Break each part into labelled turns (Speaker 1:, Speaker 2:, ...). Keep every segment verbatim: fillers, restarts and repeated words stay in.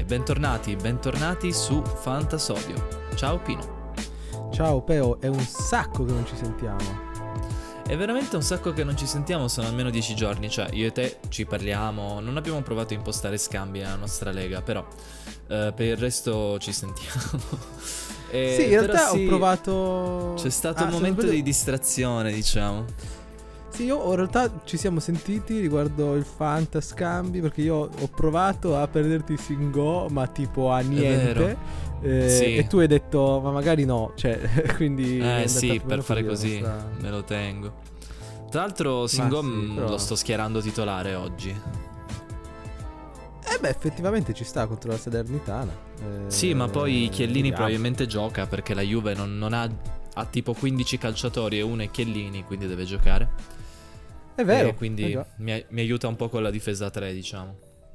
Speaker 1: bentornati, bentornati su Fantasodio. Ciao Pino.
Speaker 2: Ciao Peo, è un sacco che non ci sentiamo.
Speaker 1: È veramente un sacco che non ci sentiamo, sono almeno dieci giorni, cioè io e te ci parliamo, non abbiamo provato a impostare scambi nella nostra lega, però eh, per il resto ci sentiamo.
Speaker 2: E sì, in realtà
Speaker 1: sì,
Speaker 2: ho provato...
Speaker 1: C'è stato
Speaker 2: ah,
Speaker 1: un momento
Speaker 2: vedo...
Speaker 1: di distrazione, diciamo.
Speaker 2: Sì, io in realtà ci siamo sentiti riguardo il Fantascambi, perché io ho provato a perderti Singo, ma tipo a niente. Eh,
Speaker 1: sì.
Speaker 2: E tu hai detto, ma magari no, cioè, quindi...
Speaker 1: Eh sì, per fare così
Speaker 2: nostra...
Speaker 1: me lo tengo. Tra l'altro Singo sì, però... lo sto schierando titolare oggi.
Speaker 2: Eh beh, effettivamente ci sta contro la Salernitana. Eh,
Speaker 1: sì, ma poi Chiellini vediamo. Probabilmente gioca perché la Juve non, non ha, ha tipo quindici calciatori e uno è Chiellini, quindi deve giocare.
Speaker 2: È vero.
Speaker 1: E quindi
Speaker 2: eh
Speaker 1: mi, mi aiuta un po' con la difesa a tre, diciamo.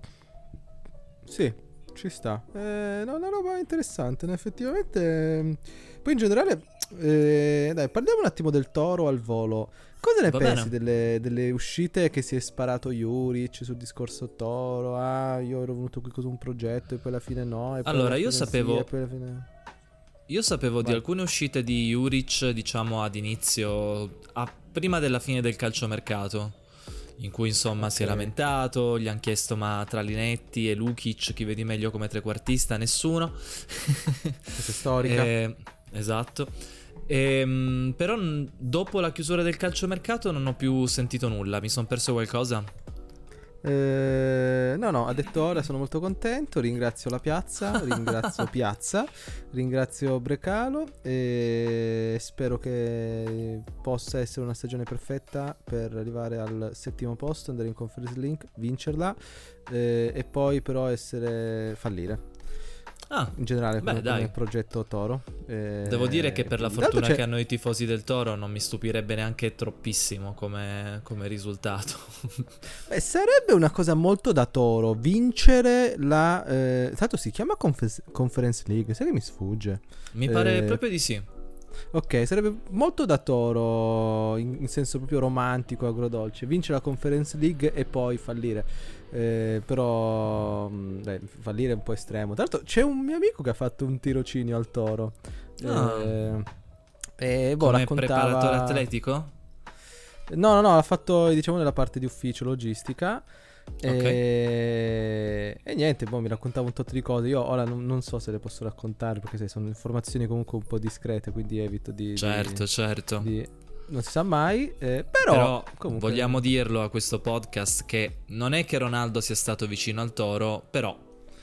Speaker 2: Sì, ci sta. È eh, una roba interessante, effettivamente. Poi in generale, eh, dai, parliamo un attimo del Toro al volo. Cosa ne
Speaker 1: Va
Speaker 2: pensi delle, delle uscite che si è sparato Juric sul discorso Toro? Ah, io ero venuto qui con un progetto e poi alla fine no. E poi
Speaker 1: allora, io
Speaker 2: fine
Speaker 1: sapevo...
Speaker 2: Sì, e poi alla fine...
Speaker 1: Io sapevo Vai. di alcune uscite di Juric, diciamo, ad inizio... A, prima della fine del calciomercato, in cui insomma okay. si è lamentato, gli hanno chiesto ma tra Linetti e Lukic chi vedi meglio come trequartista? Nessuno.
Speaker 2: Questa è storica.
Speaker 1: eh, esatto. E, però dopo la chiusura del calciomercato non ho più sentito nulla. Mi sono perso qualcosa?
Speaker 2: Eh, no no, ha detto ora sono molto contento, ringrazio la piazza, ringrazio Piazza, ringrazio Brecalo e spero che possa essere una stagione perfetta per arrivare al settimo posto, andare in Conference League, vincerla eh, e poi però essere fallire.
Speaker 1: Ah,
Speaker 2: in generale
Speaker 1: beh,
Speaker 2: come,
Speaker 1: dai.
Speaker 2: come progetto Toro. Eh,
Speaker 1: Devo dire che per la fortuna
Speaker 2: c'è...
Speaker 1: che hanno i tifosi del Toro non mi stupirebbe neanche troppissimo come, come risultato.
Speaker 2: Beh, sarebbe una cosa molto da Toro vincere la... Eh, tanto si chiama Conf- Conference League, sai che mi sfugge?
Speaker 1: Mi pare
Speaker 2: eh,
Speaker 1: proprio di sì.
Speaker 2: Ok, sarebbe molto da Toro in, in senso proprio romantico, agrodolce, vincere la Conference League e poi fallire. Eh, però beh, fallire è un po' estremo. Tra l'altro c'è un mio amico che ha fatto un tirocinio al Toro.
Speaker 1: Ah.
Speaker 2: Eh, e boh,
Speaker 1: come
Speaker 2: raccontava...
Speaker 1: preparatore atletico?
Speaker 2: No, no, no, l'ha fatto diciamo nella parte di ufficio logistica.
Speaker 1: Okay.
Speaker 2: E... e niente, boh, mi raccontava un tot di cose. Io ora non, non so se le posso raccontare perché sai, sono informazioni comunque un po' discrete, quindi evito di...
Speaker 1: Certo,
Speaker 2: di,
Speaker 1: certo.
Speaker 2: Di, non si sa mai, eh, però,
Speaker 1: però
Speaker 2: comunque...
Speaker 1: vogliamo dirlo a questo podcast che non è che Ronaldo sia stato vicino al Toro, però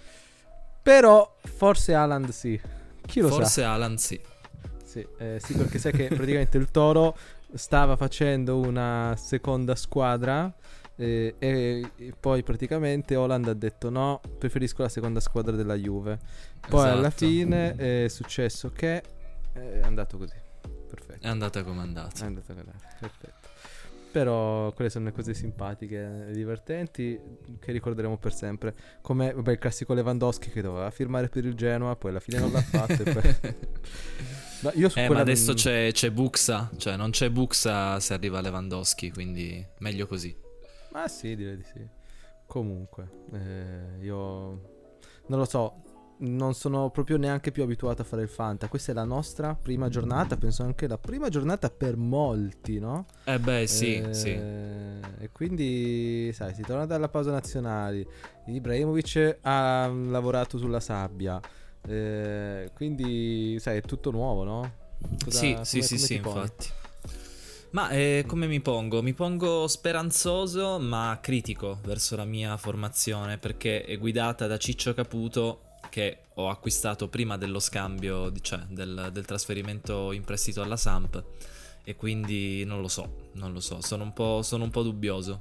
Speaker 2: Però forse Haaland sì. Chi lo
Speaker 1: forse
Speaker 2: sa?
Speaker 1: Forse Haaland sì.
Speaker 2: Sì, eh, sì, perché sai che praticamente il Toro stava facendo una seconda squadra eh, e, e poi praticamente Haaland ha detto no, preferisco la seconda squadra della Juve. Poi
Speaker 1: esatto.
Speaker 2: alla fine è successo che è andato così. Perfetto.
Speaker 1: È andata come è andata.
Speaker 2: È andata così. Perfetto. Però quelle sono le cose simpatiche e divertenti che ricorderemo per sempre. Come vabbè, il classico Lewandowski che doveva firmare per il Genoa, poi alla fine non l'ha fatto. E poi... ma, io su
Speaker 1: eh,
Speaker 2: ma
Speaker 1: adesso
Speaker 2: non...
Speaker 1: c'è, c'è Buxa, cioè non c'è Buxa se arriva Lewandowski, quindi meglio così.
Speaker 2: Ma sì, direi di sì. Comunque, eh, io non lo so. Non sono proprio neanche più abituato a fare il Fanta. Questa è la nostra prima giornata. Penso anche la prima giornata per molti, no?
Speaker 1: Eh beh sì,
Speaker 2: eh,
Speaker 1: sì.
Speaker 2: E quindi sai, si torna dalla pausa nazionali. Ibrahimovic ha lavorato sulla sabbia, eh, quindi sai, è tutto nuovo, no? Cosa,
Speaker 1: sì,
Speaker 2: come,
Speaker 1: sì, sì,
Speaker 2: come
Speaker 1: sì,
Speaker 2: infatti.
Speaker 1: infatti. Ma eh, come mi pongo? Mi pongo speranzoso ma critico verso la mia formazione, perché è guidata da Ciccio Caputo, che ho acquistato prima dello scambio, cioè del, del trasferimento in prestito alla Samp, e quindi non lo so, non lo so, sono un po', sono un po' dubbioso.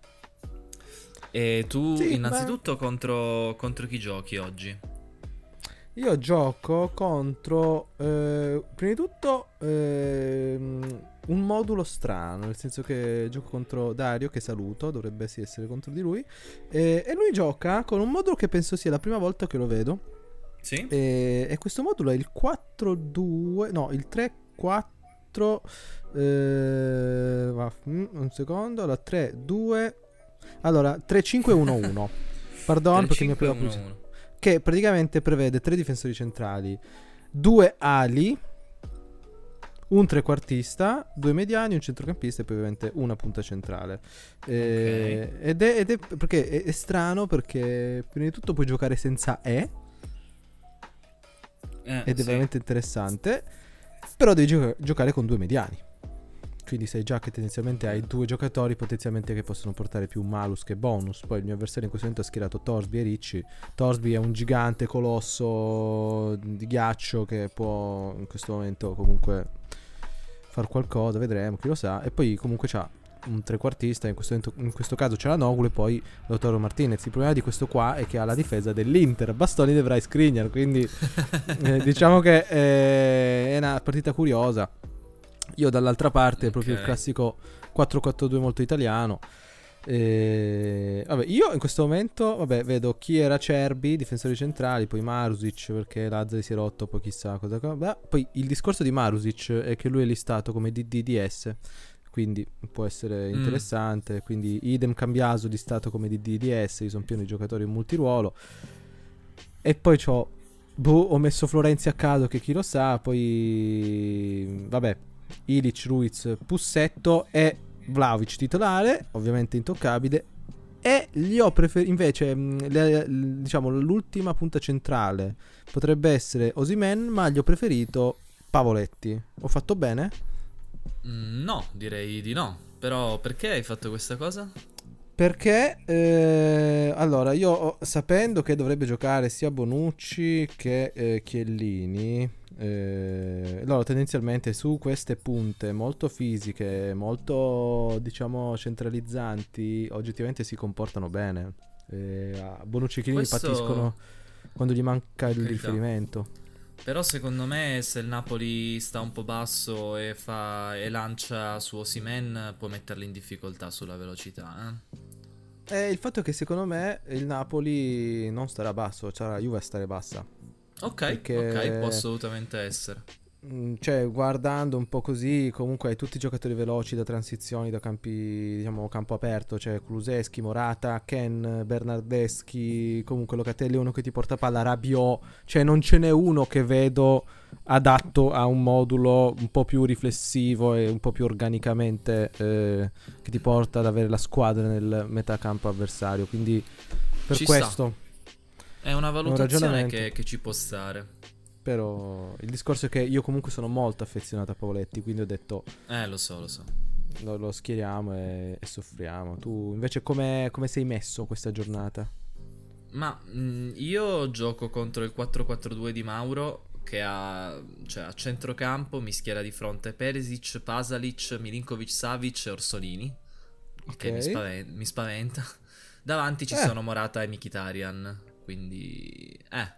Speaker 1: E tu
Speaker 2: Sì,
Speaker 1: innanzitutto
Speaker 2: ma...
Speaker 1: contro, contro chi giochi oggi?
Speaker 2: Io gioco contro eh, prima di tutto ehm, un modulo strano, nel senso che gioco contro Dario, che saluto, dovrebbe sì essere contro di lui, e, e lui gioca con un modulo che penso sia la prima volta che lo vedo.
Speaker 1: Sì?
Speaker 2: E, e questo modulo è il quattro due, no, il tre quattro eh, va, mm, un secondo, allora tre due, allora tre cinque uno uno. Pardon perché mi apriva la che praticamente prevede tre difensori centrali, due ali, un trequartista, due mediani, un centrocampista e poi ovviamente una punta centrale. Eh,
Speaker 1: Ok.
Speaker 2: ed, è, ed è perché è, è strano perché prima di tutto puoi giocare senza E
Speaker 1: Eh,
Speaker 2: ed è
Speaker 1: sì.
Speaker 2: veramente interessante, però devi gio- giocare con due mediani. Quindi sai già che tendenzialmente hai due giocatori potenzialmente che possono portare più malus che bonus. Poi il mio avversario in questo momento ha schierato Torsby e Ricci. Torsby è un gigante colosso di ghiaccio che può in questo momento comunque far qualcosa, vedremo, chi lo sa. E poi comunque c'ha un trequartista, in questo, momento- in questo caso c'è la Noglu e poi Lautaro Martinez. Il problema di questo qua è che ha la difesa dell'Inter, Bastoni dovrà Skriniar, quindi eh, diciamo che eh, è una partita curiosa. Io dall'altra parte proprio il
Speaker 1: Ok.
Speaker 2: classico quattro quattro due molto italiano. E, vabbè, io in questo momento vabbè, vedo chi era Cerbi, difensori centrali, poi Marusic perché Lazzari si è rotto, poi chissà cosa. Beh, poi il discorso di Marusic è che lui è listato come D D D S, quindi può essere
Speaker 1: Mm.
Speaker 2: interessante. Quindi idem Cambiaso listato come D D D S, io sono pieno di giocatori in multiruolo. E poi c'ho boh, ho messo Florenzi a caso che chi lo sa, poi vabbè, Ilic, Ruiz, Pussetto e Vlahovic titolare, ovviamente intoccabile. E gli ho preferito invece, mh, le- l- diciamo, l'ultima punta centrale potrebbe essere Osimhen, ma gli ho preferito Pavoletti. Ho fatto bene?
Speaker 1: Mm, no, direi di no. Però perché hai fatto questa cosa?
Speaker 2: Perché eh, allora io ho- sapendo che dovrebbe giocare sia Bonucci che eh, Chiellini, eh, loro tendenzialmente su queste punte molto fisiche, molto diciamo centralizzanti, oggettivamente si comportano bene. Eh, a Bonucci e Chiellini
Speaker 1: Questo,
Speaker 2: patiscono quando gli manca
Speaker 1: per
Speaker 2: il
Speaker 1: carità.
Speaker 2: riferimento.
Speaker 1: Però secondo me se il Napoli sta un po' basso e, fa, e lancia su Osimhen può metterli in difficoltà sulla velocità.
Speaker 2: E il fatto è che secondo me il Napoli non starà basso, cioè la Juve a stare bassa.
Speaker 1: Eh? Ok, ok, può
Speaker 2: Perché
Speaker 1: assolutamente essere.
Speaker 2: Mm, cioè, guardando un po' così, comunque hai tutti i giocatori veloci da transizioni, da campi, diciamo, campo aperto, cioè Kuluseschi, Morata, Ken, Bernardeschi, comunque Locatelli è uno che ti porta palla, Rabiot, cioè non ce n'è uno che vedo adatto a un modulo un po' più riflessivo e un po' più organicamente eh, che ti porta ad avere la squadra nel metacampo avversario, quindi per
Speaker 1: Ci sta,
Speaker 2: questo
Speaker 1: è una
Speaker 2: è un
Speaker 1: valutazione
Speaker 2: ragionamento.
Speaker 1: che, che ci può stare.
Speaker 2: Però il discorso è che io comunque sono molto affezionato a Pavoletti, quindi ho detto
Speaker 1: Eh, lo so, lo so.
Speaker 2: lo, lo schieriamo e, e soffriamo. Tu invece come, come sei messo questa giornata?
Speaker 1: Ma mh, io gioco contro il quattro quattro due di Mauro che ha, cioè, a centrocampo mi schiera di fronte Perisic, Pasalic, Milinkovic, Savic e Orsolini, il
Speaker 2: Ok.
Speaker 1: che mi, spaven- mi spaventa. Davanti ci
Speaker 2: Eh,
Speaker 1: sono Morata e Mkhitaryan, quindi eh,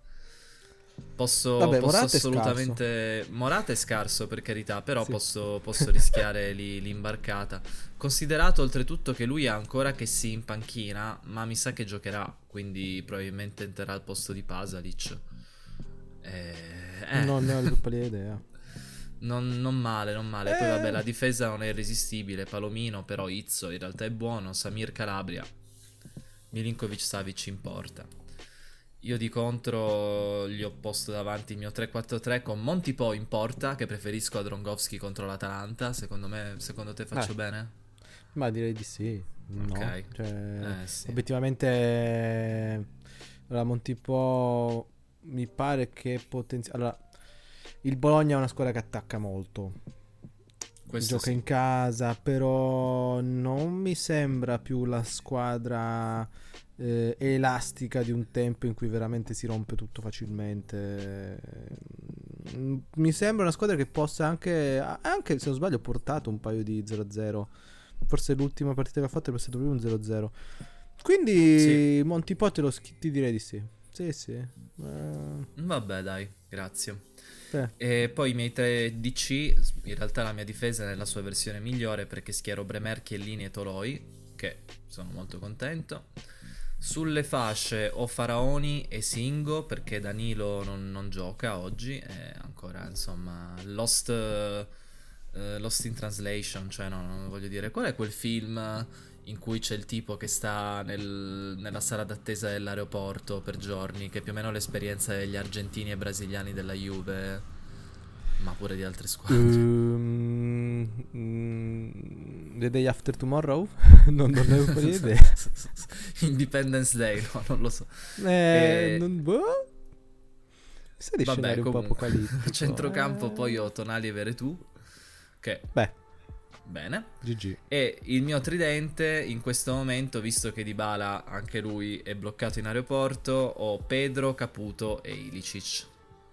Speaker 1: posso,
Speaker 2: vabbè,
Speaker 1: posso
Speaker 2: Morata è scarso.
Speaker 1: assolutamente... Morata è scarso per carità, però
Speaker 2: Sì.
Speaker 1: posso, posso rischiare lì- l'imbarcata. Considerato oltretutto che lui ha ancora che si in panchina, ma mi sa che giocherà, quindi probabilmente entrerà al posto di Pasalic. Eh, eh.
Speaker 2: Non ne ho la più pallida idea.
Speaker 1: Non, non male, non male. Poi vabbè,
Speaker 2: Eh,
Speaker 1: la difesa non è irresistibile. Palomino, però Izzo in realtà è buono. Samir Calabria, Milinkovic Savic in porta. Io di contro gli ho posto davanti il mio tre quattro tre con Montipo in porta, che preferisco a Drongowski contro l'Atalanta. Secondo me, secondo te
Speaker 2: eh,
Speaker 1: faccio bene?
Speaker 2: ma direi di sì.
Speaker 1: Ok.
Speaker 2: No, cioè,
Speaker 1: Eh sì.
Speaker 2: obiettivamente eh, allora Montipo mi pare che potenziale. Allora, il Bologna è una squadra che attacca molto.
Speaker 1: Questo
Speaker 2: Gioca
Speaker 1: sì.
Speaker 2: in casa, però non mi sembra più la squadra eh, elastica di un tempo in cui veramente si rompe tutto facilmente. Mm, Mi sembra una squadra che possa anche, anche se non sbaglio, ha portato un paio di zero a zero. Forse l'ultima partita che ha fatto è stato lui un zero a zero.
Speaker 1: Sì.
Speaker 2: Quindi Montipo te lo schi- ti direi di sì. Sì, sì. Eh,
Speaker 1: Vabbè, dai, grazie.
Speaker 2: eh,
Speaker 1: E poi i miei tre D C, in realtà la mia difesa è nella sua versione migliore perché schiero Bremer, Chiellini e Toloi, che sono molto contento. Sulle fasce ho Faraoni e Singo perché Danilo non, non gioca oggi, è ancora insomma lost, eh, lost in translation, cioè no, non voglio dire, qual è quel film in cui c'è il tipo che sta nel- nella sala d'attesa dell'aeroporto per giorni, che è più o meno l'esperienza degli argentini e brasiliani della Juve, ma pure di altre squadre.
Speaker 2: Um, mm, The Day After Tomorrow? non, non ne ho quella idea.
Speaker 1: Independence Day, no, non lo so.
Speaker 2: Eh,
Speaker 1: E-
Speaker 2: non, boh. Sai di
Speaker 1: Vabbè,
Speaker 2: scenari un po'
Speaker 1: comunque,
Speaker 2: apocalittico.
Speaker 1: a centrocampo
Speaker 2: Eh,
Speaker 1: poi ho Tonali e Veretù, che
Speaker 2: Beh,
Speaker 1: bene.
Speaker 2: G G.
Speaker 1: E il mio tridente in questo momento, visto che Dybala anche lui è bloccato in aeroporto, ho Pedro, Caputo e Ilicic.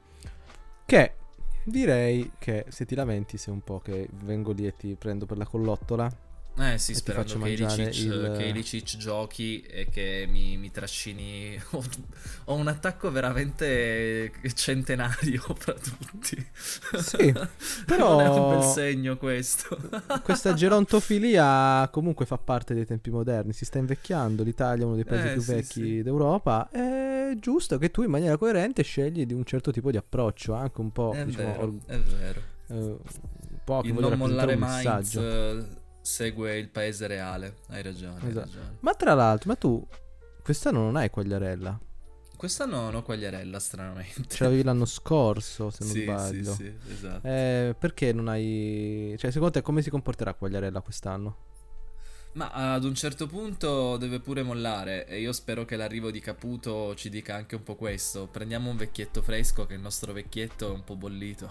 Speaker 2: Che direi che se ti lamenti sei un po' che vengo lì e ti prendo per la collottola.
Speaker 1: Eh sì,
Speaker 2: E ti
Speaker 1: sperando
Speaker 2: faccio
Speaker 1: che
Speaker 2: mangiare
Speaker 1: Ilicic,
Speaker 2: il-
Speaker 1: che Ilicic giochi e che mi, mi trascini. Ho, ho un attacco veramente centenario fra tutti.
Speaker 2: Sì, però-
Speaker 1: Non è un bel segno questo.
Speaker 2: Questa gerontofilia comunque fa parte dei tempi moderni, si sta invecchiando, l'Italia è uno dei paesi
Speaker 1: Eh,
Speaker 2: più
Speaker 1: sì,
Speaker 2: vecchi
Speaker 1: sì.
Speaker 2: d'Europa, è giusto che tu in maniera coerente scegli di un certo tipo di approccio, anche un po',
Speaker 1: È
Speaker 2: diciamo,
Speaker 1: vero,
Speaker 2: or-
Speaker 1: è vero.
Speaker 2: eh, un po' che
Speaker 1: Il
Speaker 2: voglio
Speaker 1: non
Speaker 2: rappresentare
Speaker 1: mollare
Speaker 2: un
Speaker 1: Mainz
Speaker 2: messaggio.
Speaker 1: eh, segue il paese reale. Hai ragione, hai
Speaker 2: Esatto.
Speaker 1: ragione.
Speaker 2: Ma tra l'altro, ma tu quest'anno non hai Quagliarella,
Speaker 1: Quest'anno non ho Quagliarella, stranamente.
Speaker 2: ce l'avevi l'anno scorso se non
Speaker 1: sì,
Speaker 2: sbaglio.
Speaker 1: sì, sì, esatto.
Speaker 2: Eh, perché non hai... Cioè, secondo te come si comporterà Quagliarella quest'anno?
Speaker 1: Ma ad un certo punto deve pure mollare e io spero che l'arrivo di Caputo ci dica anche un po' questo. Prendiamo un vecchietto fresco, che il nostro vecchietto è un po' bollito.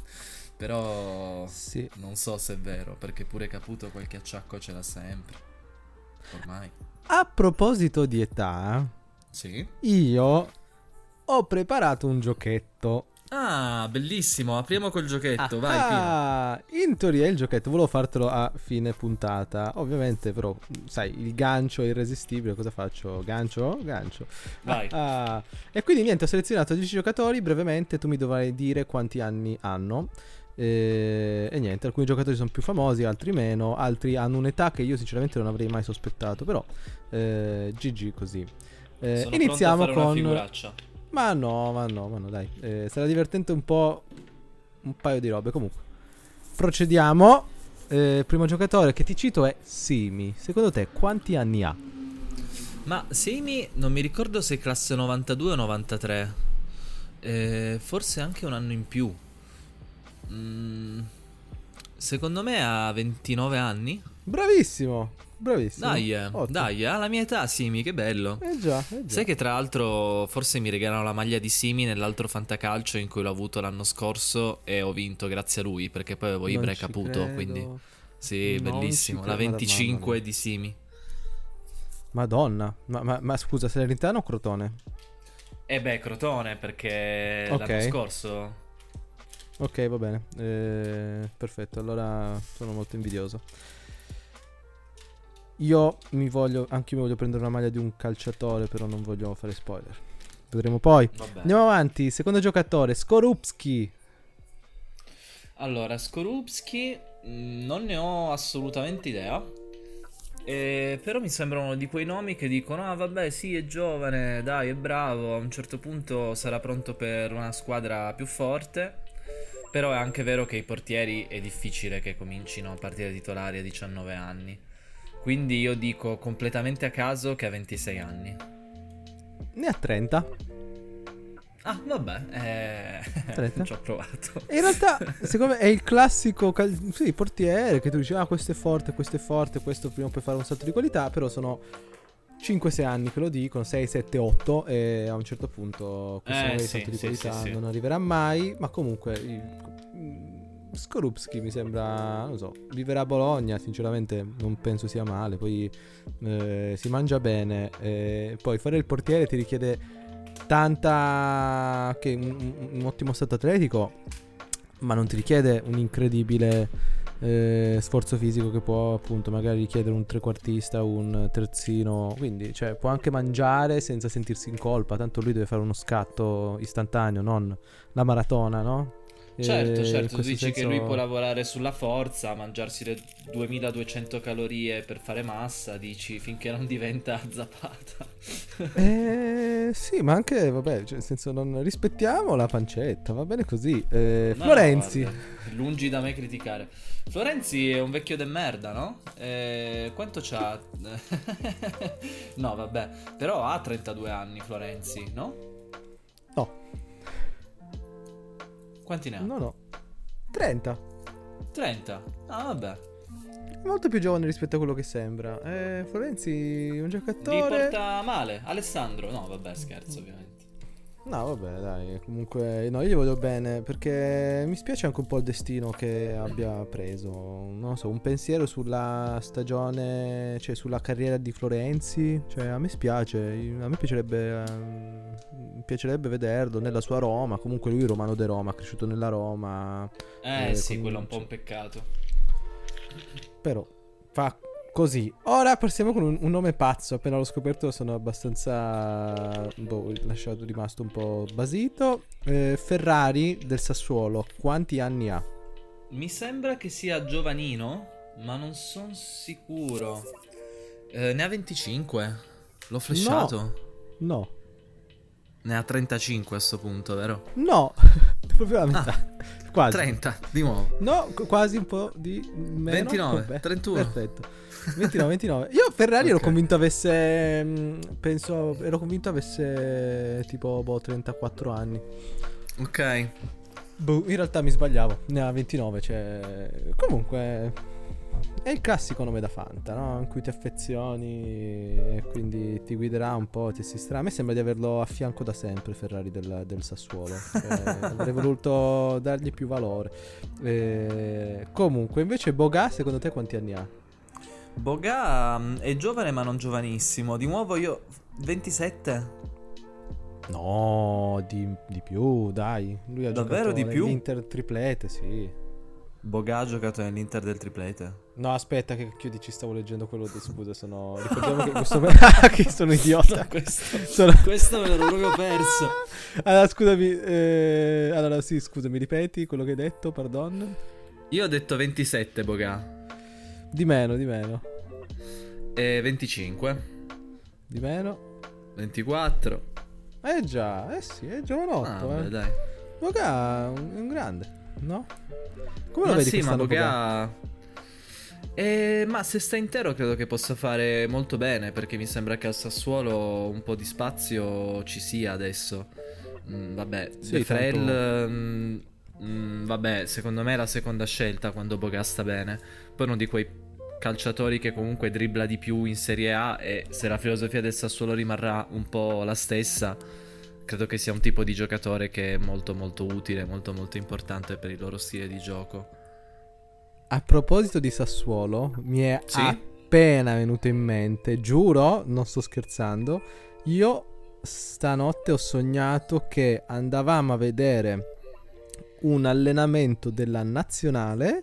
Speaker 1: Però
Speaker 2: Sì.
Speaker 1: non so se è vero, perché pure Caputo qualche acciacco ce l'ha sempre. Ormai.
Speaker 2: A proposito di età,
Speaker 1: Sì.
Speaker 2: io ho preparato un giochetto.
Speaker 1: Ah, bellissimo. Apriamo col giochetto, vai Pino.
Speaker 2: Ah, in teoria il giochetto volevo fartelo a fine puntata. Ovviamente, però, sai, il gancio è irresistibile. Cosa faccio? Gancio? Gancio.
Speaker 1: Vai.
Speaker 2: Ah, ah. E quindi niente, ho selezionato dieci giocatori. Brevemente, tu mi dovrai dire quanti anni hanno. E, e niente, alcuni giocatori sono più famosi, altri meno. Altri hanno un'età che io sinceramente non avrei mai sospettato. Però, eh, G G così. Eh,
Speaker 1: Sono
Speaker 2: iniziamo
Speaker 1: pronto a fare una
Speaker 2: con.
Speaker 1: figuraccia.
Speaker 2: Ma no, ma no, ma no, dai. Eh, sarà divertente un po'. Un paio di robe. Comunque, procediamo. Eh, primo giocatore che ti cito è Simi. Secondo te quanti anni ha?
Speaker 1: Ma Semi non mi ricordo se è classe novantadue o novantatré. Eh, forse anche un anno in più. Mm, secondo me ha ventinove anni.
Speaker 2: Bravissimo, bravissimo.
Speaker 1: Dai, eh,
Speaker 2: Ottimo.
Speaker 1: dai, ha la mia età Simi, che bello.
Speaker 2: Eh già, eh già.
Speaker 1: Sai che tra l'altro forse mi regalano la maglia di Simi nell'altro fantacalcio in cui l'ho avuto l'anno scorso e ho vinto grazie a lui, perché poi avevo
Speaker 2: Non
Speaker 1: Ibra e
Speaker 2: ci
Speaker 1: Caputo,
Speaker 2: credo.
Speaker 1: quindi sì,
Speaker 2: Non
Speaker 1: bellissimo.
Speaker 2: ci
Speaker 1: La
Speaker 2: credo.
Speaker 1: venticinque
Speaker 2: Mamma mia.
Speaker 1: di Simi.
Speaker 2: Madonna. Ma, ma, ma scusa, Salernitano o Crotone?
Speaker 1: E beh, Crotone, perché
Speaker 2: Ok.
Speaker 1: l'anno scorso...
Speaker 2: Ok, va bene. Eh, perfetto, allora sono molto invidioso. Io mi voglio, anche io mi voglio prendere una maglia di un calciatore, però non voglio fare spoiler. Vedremo poi.
Speaker 1: Vabbè.
Speaker 2: Andiamo avanti, secondo giocatore, Skorupski.
Speaker 1: Allora, Skorupski mh, non ne ho assolutamente idea. Eh, però mi sembrano di quei nomi che dicono: ah, vabbè, sì, è giovane, dai, è bravo. A un certo punto sarà pronto per una squadra più forte. Però è anche vero che i portieri è difficile che comincino a partire titolari a diciannove anni. Quindi io dico completamente a caso che ha ventisei anni.
Speaker 2: Ne ha trenta.
Speaker 1: Ah, vabbè, eh...
Speaker 2: trenta.
Speaker 1: ci ho provato.
Speaker 2: In realtà, secondo me è il classico cal- sì, portiere che tu dici: ah, questo è forte, questo è forte, questo prima o poi fare un salto di qualità. Però sono cinque sei anni che lo dicono, sei sette otto, e a un certo punto questo
Speaker 1: Eh,
Speaker 2: magari
Speaker 1: sì,
Speaker 2: salto di
Speaker 1: sì,
Speaker 2: qualità
Speaker 1: sì, sì.
Speaker 2: non arriverà mai. Ma comunque il, mm, Skorupski mi sembra, non so, viverà a Bologna, sinceramente non penso sia male. Poi eh, si mangia bene, eh, poi fare il portiere ti richiede tanta, che un, un- un ottimo stato atletico, ma non ti richiede un incredibile eh, sforzo fisico che può appunto magari richiedere un trequartista, un terzino. Quindi cioè può anche mangiare senza sentirsi in colpa, tanto lui deve fare uno scatto istantaneo, non la maratona, no?
Speaker 1: Certo,
Speaker 2: E in
Speaker 1: certo, tu
Speaker 2: questo
Speaker 1: dici che lui può
Speaker 2: senso...
Speaker 1: lavorare sulla forza, mangiarsi le duemiladuecento calorie per fare massa, dici, finché non diventa Zapata.
Speaker 2: Eh, sì, ma anche, vabbè, cioè, nel senso, non rispettiamo la pancetta, va bene così. Eh,
Speaker 1: No, no,
Speaker 2: Florenzi.
Speaker 1: guarda, lungi da me criticare. Florenzi è un vecchio de merda, no? Eh, quanto c'ha? No, vabbè, però ha trentadue anni Florenzi, no?
Speaker 2: No,
Speaker 1: Quanti ne ha?
Speaker 2: no, no. trenta.
Speaker 1: trenta. Ah, vabbè.
Speaker 2: È molto più giovane rispetto a quello che sembra. Eh, Florenzi, un
Speaker 1: Vi
Speaker 2: giocatore...
Speaker 1: porta male. Alessandro? No, vabbè, scherzo, ovviamente.
Speaker 2: No, vabbè, dai, comunque, no, io gli voglio bene perché mi spiace anche un po' il destino che abbia preso, non lo so, un pensiero sulla stagione, cioè sulla carriera di Florenzi, cioè a me spiace, a me piacerebbe, ehm, mi piacerebbe vederlo nella sua Roma, comunque lui è romano de Roma, è cresciuto nella Roma,
Speaker 1: Eh
Speaker 2: eh,
Speaker 1: sì,
Speaker 2: con-
Speaker 1: quello è un po'
Speaker 2: cioè,
Speaker 1: un peccato.
Speaker 2: però fa così. Ora passiamo con un, un nome pazzo. Appena l'ho scoperto sono abbastanza boh, lasciato rimasto un po' basito. Eh, Ferrari del Sassuolo, quanti anni ha?
Speaker 1: Mi sembra che sia giovanino, ma non sono sicuro. Eh, ne ha venticinque. L'ho flashato.
Speaker 2: No,
Speaker 1: Ne ha trentacinque a sto punto, vero?
Speaker 2: no, proprio la metà.
Speaker 1: Ah,
Speaker 2: Quasi.
Speaker 1: trenta, di nuovo.
Speaker 2: No, qu- quasi un po' di meno.
Speaker 1: ventinove,
Speaker 2: Vabbè,
Speaker 1: trentuno.
Speaker 2: Perfetto. ventinove, ventinove. Io Ferrari ero
Speaker 1: Ok.
Speaker 2: convinto avesse mh, penso ero convinto avesse tipo boh, trentaquattro anni.
Speaker 1: Ok.
Speaker 2: Boh, in realtà mi sbagliavo, ne ha ventinove, cioè... Comunque, è il classico nome da Fanta, no? In cui ti affezioni e quindi ti guiderà un po', ti assisterà. A me sembra di averlo a fianco da sempre, Ferrari del, del Sassuolo. Cioè, avrei voluto dargli più valore. Eh, comunque, invece Boga, secondo te quanti anni ha?
Speaker 1: Boga mm, è giovane ma non giovanissimo. Di nuovo io ventisette.
Speaker 2: No, di, di più, dai. Lui ha
Speaker 1: Davvero
Speaker 2: giocato
Speaker 1: di più?
Speaker 2: nell'Inter triplete, sì.
Speaker 1: Boga ha giocato nell'Inter del triplete.
Speaker 2: No, aspetta, che chiudi, ci stavo leggendo quello di scusa. Sono. Ricordiamo che questo. Che sono idiota.
Speaker 1: No, questo,
Speaker 2: Sono...
Speaker 1: questo me l'ero proprio perso.
Speaker 2: Allora, scusami. eh, Allora, sì, scusami, ripeti quello che hai detto, pardon.
Speaker 1: Io ho detto ventisette Boga.
Speaker 2: Di meno, di meno.
Speaker 1: E venticinque.
Speaker 2: Di meno.
Speaker 1: ventiquattro.
Speaker 2: Eh già, eh sì, è giovanotto,
Speaker 1: Ah, beh,
Speaker 2: eh.
Speaker 1: dai.
Speaker 2: Boga è un, è un grande, no? Come lo
Speaker 1: Ma
Speaker 2: vedi
Speaker 1: sì, ma
Speaker 2: quest'anno Boga?
Speaker 1: Boga... Eh, ma se sta intero credo che possa fare molto bene, perché mi sembra che al Sassuolo un po' di spazio ci sia adesso. Mm, vabbè,
Speaker 2: Sì,
Speaker 1: De Frel,
Speaker 2: tanto-
Speaker 1: mm, mm, vabbè, secondo me è la seconda scelta quando Boga sta bene. Poi uno di quei calciatori che comunque dribbla di più in Serie A, e se la filosofia del Sassuolo rimarrà un po' la stessa, credo che sia un tipo di giocatore che è molto molto utile, molto molto importante per il loro stile di gioco.
Speaker 2: A proposito di Sassuolo, mi è
Speaker 1: Sì?
Speaker 2: appena venuto in mente, giuro, non sto scherzando, io stanotte ho sognato che andavamo a vedere un allenamento della nazionale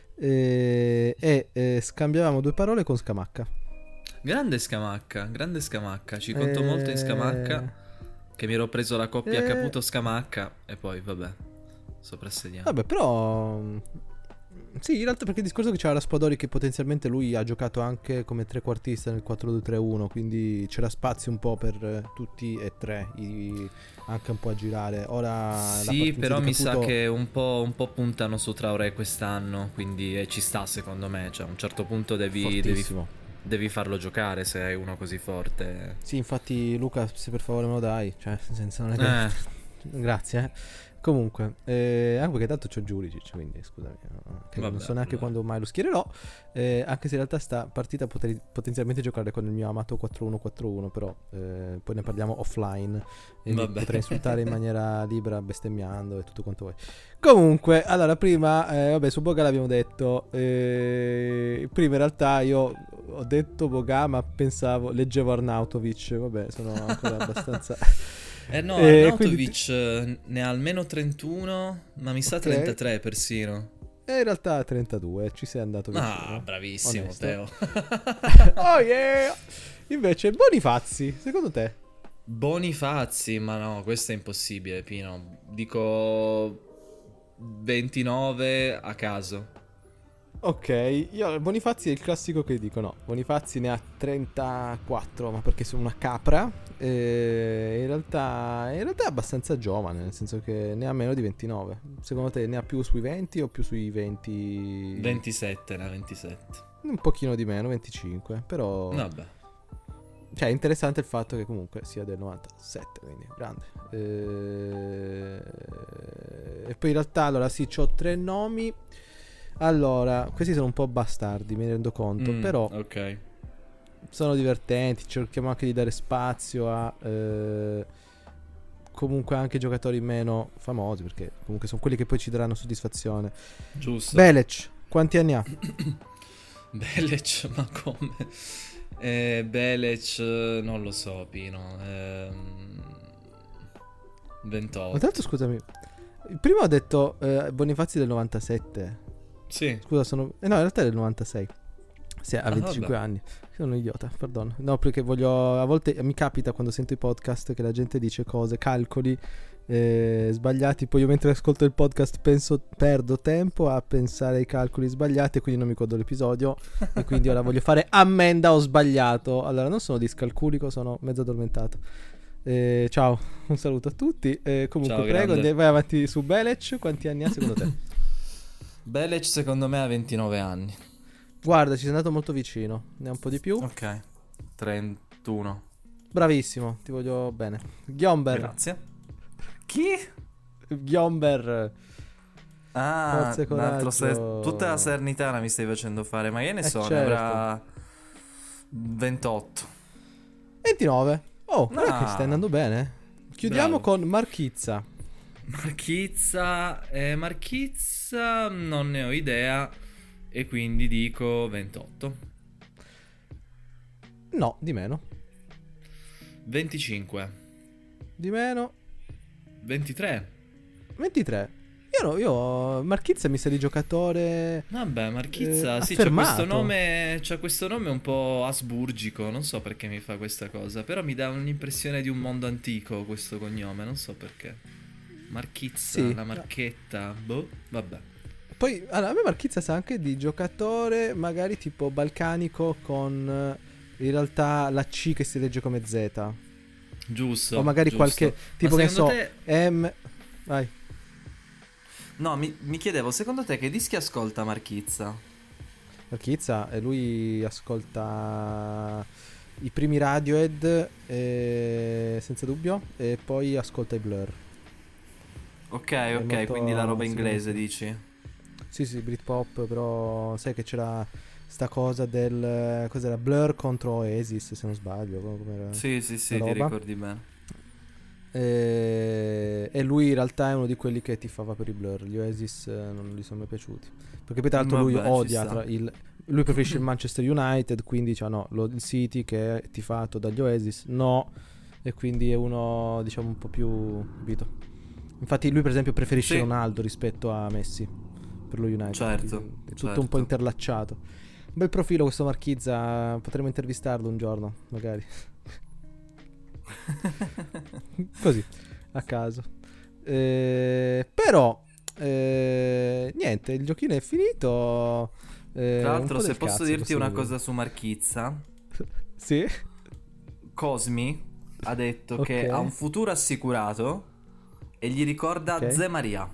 Speaker 2: eh, e eh, scambiavamo due parole con Scamacca.
Speaker 1: Grande Scamacca, grande Scamacca, ci conto
Speaker 2: Eh,
Speaker 1: molto in Scamacca, che mi ero preso la coppia
Speaker 2: eh,
Speaker 1: Caputo-Scamacca e poi vabbè, soprassediamo.
Speaker 2: Vabbè, però... mm, Sì, in realtà perché il discorso è che c'era Raspadori che potenzialmente lui ha giocato anche come trequartista nel quattro due tre uno, quindi c'era spazio un po' per eh, tutti e tre, i- anche un po' a girare. Ora la
Speaker 1: Sì,
Speaker 2: partenza
Speaker 1: però
Speaker 2: di
Speaker 1: mi sa
Speaker 2: Caputo-
Speaker 1: che un po', un po' puntano su Traoré quest'anno, quindi eh, ci sta secondo me, cioè a un certo punto devi, devi,
Speaker 2: fortissimo.
Speaker 1: devi farlo giocare se hai uno così forte.
Speaker 2: Sì, infatti Luca, se per favore me lo dai, cioè senza non è che...
Speaker 1: Eh,
Speaker 2: Grazie, eh. Comunque, eh, anche perché tanto c'ho Giuricic, quindi scusami, no? Che non
Speaker 1: Vabbè,
Speaker 2: so neanche
Speaker 1: vabbè.
Speaker 2: quando mai lo schiererò, eh, anche se in realtà sta partita potrei potenzialmente giocare con il mio amato quattro uno quattro uno, però eh, poi ne parliamo offline e mi
Speaker 1: Vabbè.
Speaker 2: potrei insultare in maniera libera bestemmiando e tutto quanto vuoi. Comunque, allora, prima, eh, vabbè, su Boga l'abbiamo detto, eh, prima in realtà io ho detto Boga ma pensavo, leggevo Arnautovic, vabbè, sono ancora abbastanza...
Speaker 1: Eh no,
Speaker 2: Eh,
Speaker 1: Arnautovic eh, ne ha almeno trentuno, ma mi sa
Speaker 2: Ok.
Speaker 1: trentatré persino.
Speaker 2: E in realtà trentadue, ci sei andato vicino.
Speaker 1: Ah, bravissimo
Speaker 2: Onesto.
Speaker 1: Teo.
Speaker 2: Oh yeah! Invece Bonifazzi, secondo te?
Speaker 1: Bonifazzi, ma no, questo è impossibile, Pino. Dico ventinove a caso.
Speaker 2: Ok, io Bonifazzi è il classico che dico no. Bonifazzi ne ha trentaquattro, ma perché sono una capra. E in realtà, in realtà è abbastanza giovane, nel senso che ne ha meno di ventinove. Secondo te ne ha più sui venti o più sui venti?
Speaker 1: ventisette, ne ha ventisette.
Speaker 2: Un pochino di meno, venticinque. Però
Speaker 1: Vabbè.
Speaker 2: cioè è interessante il fatto che comunque sia del novantasette, quindi grande. E, e poi in realtà, allora sì, c'ho tre nomi. Allora, questi sono un po' bastardi, mi rendo conto,
Speaker 1: Mm,
Speaker 2: però
Speaker 1: ok.
Speaker 2: sono divertenti, cerchiamo anche di dare spazio a eh, comunque anche giocatori meno famosi, perché comunque sono quelli che poi ci daranno soddisfazione.
Speaker 1: Giusto.
Speaker 2: Belec, quanti anni ha?
Speaker 1: Belec, ma come? Eh, Belec, non lo so, Pino. Ehm,
Speaker 2: Ma
Speaker 1: ventotto.
Speaker 2: tanto scusami, prima ho detto eh, Bonifazzi del novantasette.
Speaker 1: Sì.
Speaker 2: Scusa, sono... Eh no, in realtà è del novantasei. Sì, ha
Speaker 1: Ah,
Speaker 2: venticinque
Speaker 1: vabbè.
Speaker 2: anni. Sono un idiota, perdono. No, perché voglio... A volte mi capita quando sento i podcast che la gente dice cose, calcoli eh, sbagliati. Poi io mentre ascolto il podcast penso, perdo tempo a pensare ai calcoli sbagliati e quindi non mi godo l'episodio. E quindi ora voglio fare ammenda, ho sbagliato. Allora, non sono discalculico, sono mezzo addormentato. Eh, ciao, un saluto a tutti. Eh, comunque,
Speaker 1: Ciao,
Speaker 2: prego,
Speaker 1: grande.
Speaker 2: andiamo- vai avanti su Belec. Quanti anni ha secondo te?
Speaker 1: Belec secondo me ha ventinove anni.
Speaker 2: Guarda, ci sei andato molto vicino. Ne ha un po' di più.
Speaker 1: Ok. trentuno.
Speaker 2: Bravissimo, ti voglio bene. Ghiomber.
Speaker 1: Grazie. Chi?
Speaker 2: Ghiomber.
Speaker 1: Ah,
Speaker 2: Forza e
Speaker 1: un altro ser-
Speaker 2: coraggio.
Speaker 1: tutta la Salernitana mi stai facendo fare. Ma che ne
Speaker 2: Eh,
Speaker 1: so, ne
Speaker 2: certo.
Speaker 1: avrà ventotto.
Speaker 2: ventinove. Oh, guarda che
Speaker 1: Ah.
Speaker 2: stai andando bene. Chiudiamo
Speaker 1: Bravo.
Speaker 2: con Marchizza.
Speaker 1: Marchizza, eh, Marchizza non ne ho idea e quindi dico ventotto.
Speaker 2: No, di meno.
Speaker 1: venticinque.
Speaker 2: Di meno.
Speaker 1: ventitré.
Speaker 2: ventitré. Io no, io Marchizza mi sa di giocatore.
Speaker 1: Vabbè, Marchizza,
Speaker 2: Eh,
Speaker 1: sì, c'ha questo
Speaker 2: affermato.
Speaker 1: nome, c'ha questo nome un po' asburgico, non so perché mi fa questa cosa, però mi dà un'impressione di un mondo antico questo cognome, non so perché. Marchizza,
Speaker 2: Sì.
Speaker 1: la marchetta, boh, vabbè.
Speaker 2: Poi allora, a me Marchizza sa anche di giocatore magari tipo balcanico con eh, in realtà la C che si legge come Z.
Speaker 1: Giusto.
Speaker 2: O magari
Speaker 1: giusto.
Speaker 2: qualche tipo
Speaker 1: Ma
Speaker 2: che so
Speaker 1: secondo te...
Speaker 2: M. Vai.
Speaker 1: No, mi, mi chiedevo, secondo te che dischi ascolta Marchizza?
Speaker 2: Marchizza e lui ascolta i primi Radiohead eh, senza dubbio e poi ascolta i Blur.
Speaker 1: Ok,
Speaker 2: È
Speaker 1: ok,
Speaker 2: molto-
Speaker 1: quindi la roba
Speaker 2: sì,
Speaker 1: inglese,
Speaker 2: molto-
Speaker 1: dici?
Speaker 2: Sì, sì, Britpop, però sai che c'era sta cosa del cos'era Blur contro Oasis, se non sbaglio, com'era
Speaker 1: Sì, sì, sì,
Speaker 2: la
Speaker 1: ti
Speaker 2: roba.
Speaker 1: ricordi bene.
Speaker 2: E... e lui in realtà è uno di quelli che tifava per i Blur. Gli Oasis eh, non gli sono mai piaciuti. Perché poi tra l'altro lui
Speaker 1: Vabbè, ci
Speaker 2: odia
Speaker 1: sta.
Speaker 2: tra il... Lui preferisce il Manchester United, quindi dice no, lo- il City che è tifato dagli Oasis, no. E quindi è uno diciamo un po' più capito. Infatti lui per esempio preferisce
Speaker 1: Sì.
Speaker 2: Ronaldo rispetto a Messi per lo United.
Speaker 1: Certo,
Speaker 2: quindi è tutto
Speaker 1: certo.
Speaker 2: un po' interlacciato. Un bel profilo questo Marchizza, potremmo intervistarlo un giorno, magari. Così, a caso. Eh, però, eh, niente, il giochino è finito. Eh,
Speaker 1: Tra
Speaker 2: un
Speaker 1: l'altro,
Speaker 2: po'
Speaker 1: se
Speaker 2: del
Speaker 1: posso
Speaker 2: cazzo,
Speaker 1: dirti una
Speaker 2: dire.
Speaker 1: cosa su Marchizza,
Speaker 2: Sì?
Speaker 1: Cosmi ha detto
Speaker 2: Ok.
Speaker 1: che ha un futuro assicurato e gli ricorda
Speaker 2: Ok.
Speaker 1: Ze Maria.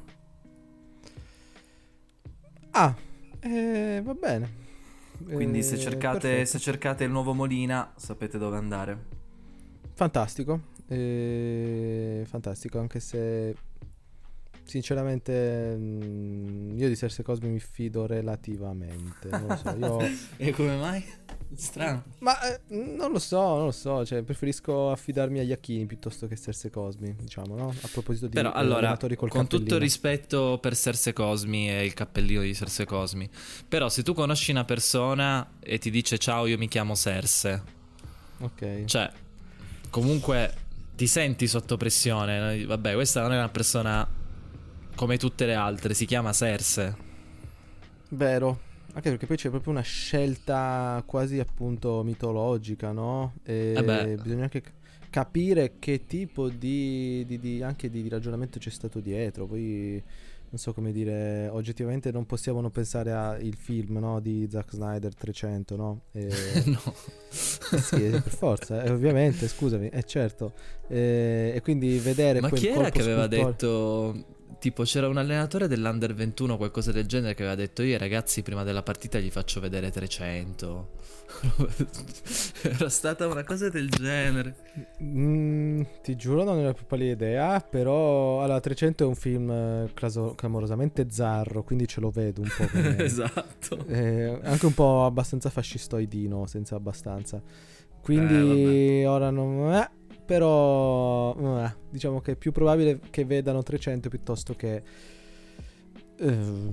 Speaker 2: Ah, eh, va bene.
Speaker 1: Quindi se
Speaker 2: Eh,
Speaker 1: cercate,
Speaker 2: perfetto.
Speaker 1: se cercate il nuovo Molina, sapete dove andare.
Speaker 2: Fantastico. Eh, fantastico, anche se sinceramente mh, io di Serse Cosmi mi fido relativamente. Non lo so, io...
Speaker 1: E come mai? Strano.
Speaker 2: Ma eh, non lo so, non lo so, cioè preferisco affidarmi agli Iachini piuttosto che Serse Cosmi, diciamo, no? A proposito di
Speaker 1: Però
Speaker 2: eh,
Speaker 1: allora,
Speaker 2: allenatori col
Speaker 1: con tutto
Speaker 2: cappellino.
Speaker 1: il rispetto per Serse Cosmi e il cappellino di Serse Cosmi, però se tu conosci una persona e ti dice ciao io mi chiamo Serse,
Speaker 2: Ok.
Speaker 1: cioè comunque ti senti sotto pressione, vabbè questa non è una persona come tutte le altre, si chiama Serse.
Speaker 2: Vero. Anche perché poi c'è proprio una scelta quasi appunto mitologica, no? E
Speaker 1: Eh beh.
Speaker 2: bisogna anche c- capire che tipo di, di- di- anche di, di ragionamento c'è stato dietro. Poi non so come dire, oggettivamente non possiamo non pensare al film, no, di Zack Snyder trecento, no? E...
Speaker 1: No.
Speaker 2: Sì, per forza, eh, ovviamente, scusami, è eh, certo. E, e quindi vedere
Speaker 1: Ma
Speaker 2: quel
Speaker 1: chi era
Speaker 2: corpo
Speaker 1: che aveva
Speaker 2: scultoreo...
Speaker 1: detto, tipo c'era un allenatore dell'Under ventuno, qualcosa del genere, che aveva detto io ai ragazzi prima della partita gli faccio vedere trecento. Era stata una cosa del genere.
Speaker 2: Mm, ti giuro non ne ho la più pallida idea, però allora trecento è un film eh, claso- clamorosamente zarro, quindi ce lo vedo un po' come...
Speaker 1: Esatto.
Speaker 2: eh, anche un po' abbastanza fascistoidino, senza abbastanza.
Speaker 1: Eh,
Speaker 2: Quindi ora non... eh, però eh, diciamo che è più probabile che vedano trecento piuttosto che... eh,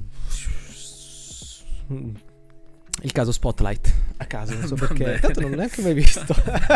Speaker 2: il caso Spotlight a caso, non so perché, tanto non l'ho neanche mai visto.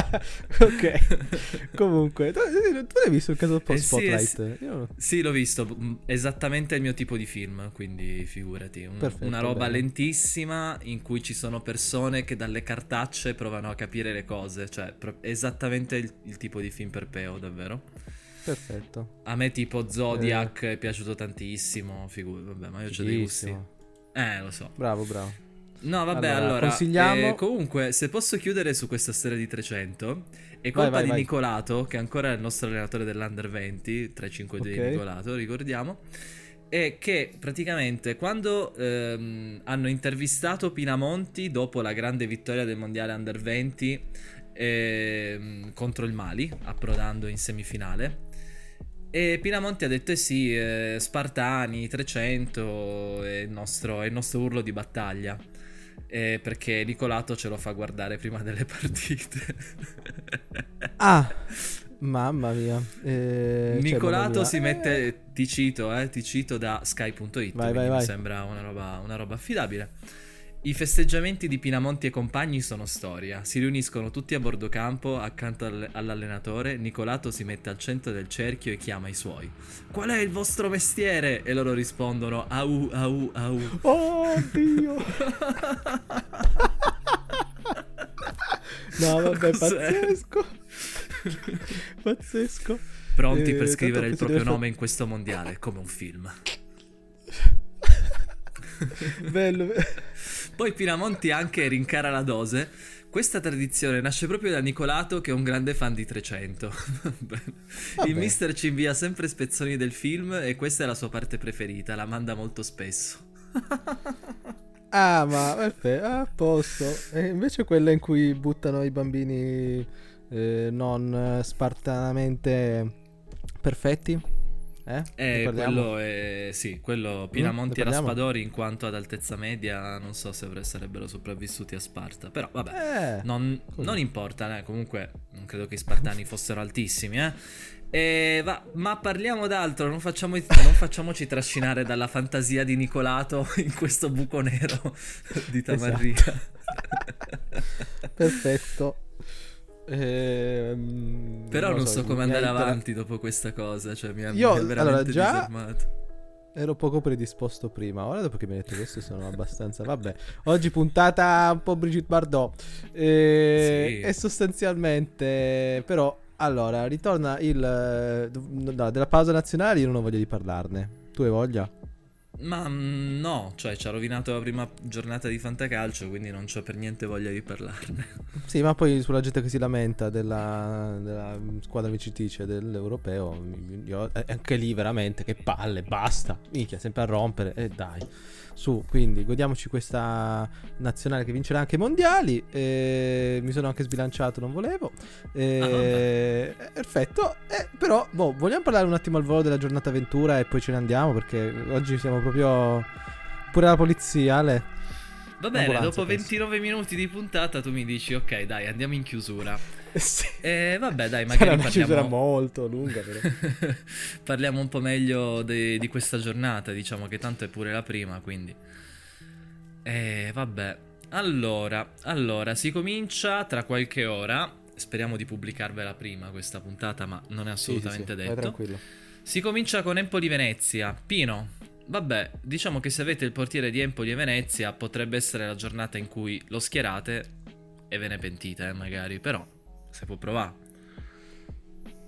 Speaker 2: Ok, comunque, tu, tu l'hai visto il caso
Speaker 1: Eh
Speaker 2: Spotlight?
Speaker 1: sì, eh sì.
Speaker 2: Io...
Speaker 1: Sì, l'ho visto, mm, esattamente il mio tipo di film, quindi figurati, un-
Speaker 2: Perfetto,
Speaker 1: una roba
Speaker 2: bene.
Speaker 1: lentissima in cui ci sono persone che dalle cartacce provano a capire le cose, cioè pro- esattamente il, il tipo di film per Peo, davvero.
Speaker 2: Perfetto.
Speaker 1: A me tipo Zodiac è piaciuto tantissimo, figu- vabbè, ma io c'ho dei gusti.
Speaker 2: Fighissimo.
Speaker 1: Eh, lo so.
Speaker 2: Bravo, bravo.
Speaker 1: No, vabbè,
Speaker 2: Allora,
Speaker 1: allora,
Speaker 2: consigliamo...
Speaker 1: eh, comunque, se posso chiudere su questa storia di trecento, è
Speaker 2: Vai,
Speaker 1: colpa
Speaker 2: vai,
Speaker 1: di
Speaker 2: vai.
Speaker 1: Nicolato, che ancora è il nostro allenatore dell'Under venti, tre cinque due
Speaker 2: Ok.
Speaker 1: Nicolato, ricordiamo, e che praticamente quando ehm, hanno intervistato Pinamonti dopo la grande vittoria del mondiale Under venti ehm, contro il Mali, approdando in semifinale, e Pinamonti ha detto eh sì, eh, Spartani, trecento è il nostro, è il nostro urlo di battaglia. Eh, perché Nicolato ce lo fa guardare prima delle partite.
Speaker 2: Ah, mamma mia. Eh, cioè, mamma
Speaker 1: Nicolato
Speaker 2: mia.
Speaker 1: si
Speaker 2: Eh,
Speaker 1: mette, ti cito, eh, ti cito da sky punto it,
Speaker 2: vai,
Speaker 1: quindi
Speaker 2: vai,
Speaker 1: mi
Speaker 2: vai.
Speaker 1: sembra una roba, una roba affidabile. I festeggiamenti di Pinamonti e compagni sono storia. Si riuniscono tutti a bordo campo accanto all- all'allenatore. Nicolato si mette al centro del cerchio e chiama i suoi. Qual è il vostro mestiere? E loro rispondono au au au.
Speaker 2: Oh Dio. No, vabbè,
Speaker 1: Cos'è?
Speaker 2: pazzesco. Pazzesco.
Speaker 1: Pronti
Speaker 2: Eh,
Speaker 1: per
Speaker 2: tanto
Speaker 1: scrivere il
Speaker 2: penso
Speaker 1: proprio
Speaker 2: di aver
Speaker 1: nome in questo mondiale, come un film.
Speaker 2: fatto- Bello.
Speaker 1: Poi Pinamonti anche rincara la dose. Questa tradizione nasce proprio da Nicolato, che è un grande fan di trecento.
Speaker 2: Vabbè.
Speaker 1: Il mister ci invia sempre spezzoni del film e questa è la sua parte preferita, la manda molto spesso.
Speaker 2: Ah, ma perfetto, a posto. E invece quella in cui buttano i bambini eh, non spartanamente perfetti? Eh? Ne
Speaker 1: E
Speaker 2: parliamo?
Speaker 1: quello è... sì, quello
Speaker 2: Mm? Ne
Speaker 1: Pinamonti e
Speaker 2: parliamo?
Speaker 1: Raspadori in quanto ad altezza media non so se avre- sarebbero sopravvissuti a Sparta. Però vabbè,
Speaker 2: Eh,
Speaker 1: non,
Speaker 2: così.
Speaker 1: non importa, eh. Comunque non credo che i spartani fossero altissimi, eh. E va, ma parliamo d'altro, non, facciamo, non facciamoci trascinare dalla fantasia di Nicolato in questo buco nero di Tamarria.
Speaker 2: Esatto. Perfetto. Ehm,
Speaker 1: Però non
Speaker 2: lo
Speaker 1: so come
Speaker 2: mi
Speaker 1: andare
Speaker 2: hai intera-
Speaker 1: avanti dopo questa cosa, cioè mi ha,
Speaker 2: Io,
Speaker 1: mi ha
Speaker 2: allora,
Speaker 1: veramente
Speaker 2: già
Speaker 1: disarmato.
Speaker 2: ero poco predisposto prima. Ora, dopo che mi hai detto questo, sono abbastanza. Vabbè, oggi puntata un po' Brigitte Bardot. E,
Speaker 1: Sì.
Speaker 2: e sostanzialmente, però, allora, ritorna il. eh, No, della pausa nazionale. Io non ho voglia di parlarne. Tu hai voglia?
Speaker 1: Ma mm, no, cioè ci ha rovinato la prima giornata di Fantacalcio, quindi non c'ho per niente voglia di parlarne.
Speaker 2: Sì, ma poi sulla gente che si lamenta della, della squadra vincitrice dell'Europeo, io- eh, anche lì veramente che palle, basta, minchia, sempre a rompere, e dai, su, quindi godiamoci questa nazionale che vincerà anche i mondiali, e mi sono anche sbilanciato, non volevo, e,
Speaker 1: Ah,
Speaker 2: perfetto, eh, però boh, vogliamo parlare un attimo al volo della giornata avventura e poi ce ne andiamo perché oggi siamo proprio pure la polizia, Ale.
Speaker 1: Va bene,
Speaker 2: L'ambulanza,
Speaker 1: dopo
Speaker 2: penso.
Speaker 1: ventinove minuti di puntata tu mi dici ok dai andiamo in chiusura.
Speaker 2: Sì.
Speaker 1: E vabbè dai
Speaker 2: Sarà
Speaker 1: magari
Speaker 2: una chiusura
Speaker 1: parliamo,
Speaker 2: molto lunga però.
Speaker 1: parliamo un po' meglio de- di questa giornata, diciamo che tanto è pure la prima, quindi... E vabbè, allora, allora si comincia tra qualche ora, speriamo di pubblicarvela prima questa puntata ma non è
Speaker 2: Sì, sì, sì,
Speaker 1: assolutamente
Speaker 2: vai
Speaker 1: detto.
Speaker 2: tranquillo.
Speaker 1: Si comincia con Empoli-Venezia. Pino, vabbè, diciamo che se avete il portiere di Empoli e Venezia potrebbe essere la giornata in cui lo schierate e ve ne pentite, eh, magari, però se può provare.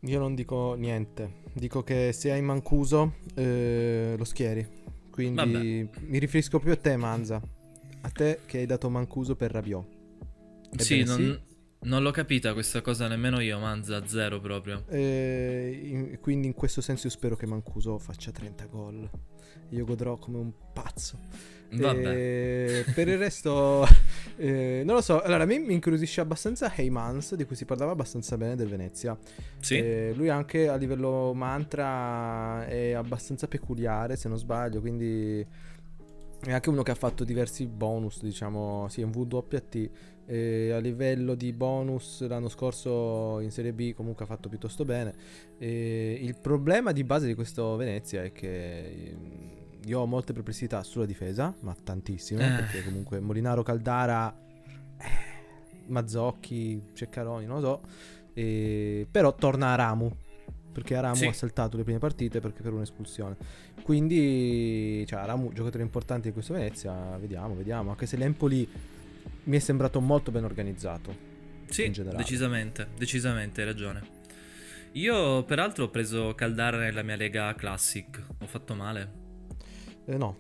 Speaker 2: Io non dico niente. Dico che se hai Mancuso eh, lo schieri. Quindi
Speaker 1: Vabbè.
Speaker 2: mi riferisco più a te, Manza. A te che hai dato Mancuso per Rabiot.
Speaker 1: Sì,
Speaker 2: Ebbene sì.
Speaker 1: non, non l'ho capita questa cosa nemmeno io, Manza, zero proprio.
Speaker 2: Eh, in- quindi in questo senso io spero che Mancuso faccia trenta gol. Io godrò come un pazzo.
Speaker 1: Vabbè.
Speaker 2: E per il resto, eh, non lo so. Allora, a me mi incuriosisce abbastanza Heymans, di cui si parlava abbastanza bene del Venezia.
Speaker 1: Sì?
Speaker 2: Eh, lui anche a livello mantra è abbastanza peculiare, se non sbaglio. Quindi è anche uno che ha fatto diversi bonus, diciamo. Sì, è un W W T. E a livello di bonus l'anno scorso in Serie B comunque ha fatto piuttosto bene. E il problema di base di questo Venezia è che io ho molte perplessità sulla difesa, ma tantissime,
Speaker 1: Eh,
Speaker 2: perché comunque Molinaro, Caldara, eh, Mazzocchi, Ceccaroni, non lo so. E... però torna Aramu, perché Aramu
Speaker 1: sì.
Speaker 2: ha saltato le prime partite perché per un'espulsione. Quindi, cioè, Aramu, giocatore importante di questo Venezia, vediamo, vediamo. Anche se l'Empoli mi è sembrato molto ben organizzato in
Speaker 1: Sì,
Speaker 2: generale.
Speaker 1: decisamente, decisamente, hai ragione. Io peraltro ho preso Caldara nella mia lega Classic. Ho fatto male.
Speaker 2: Eh, no.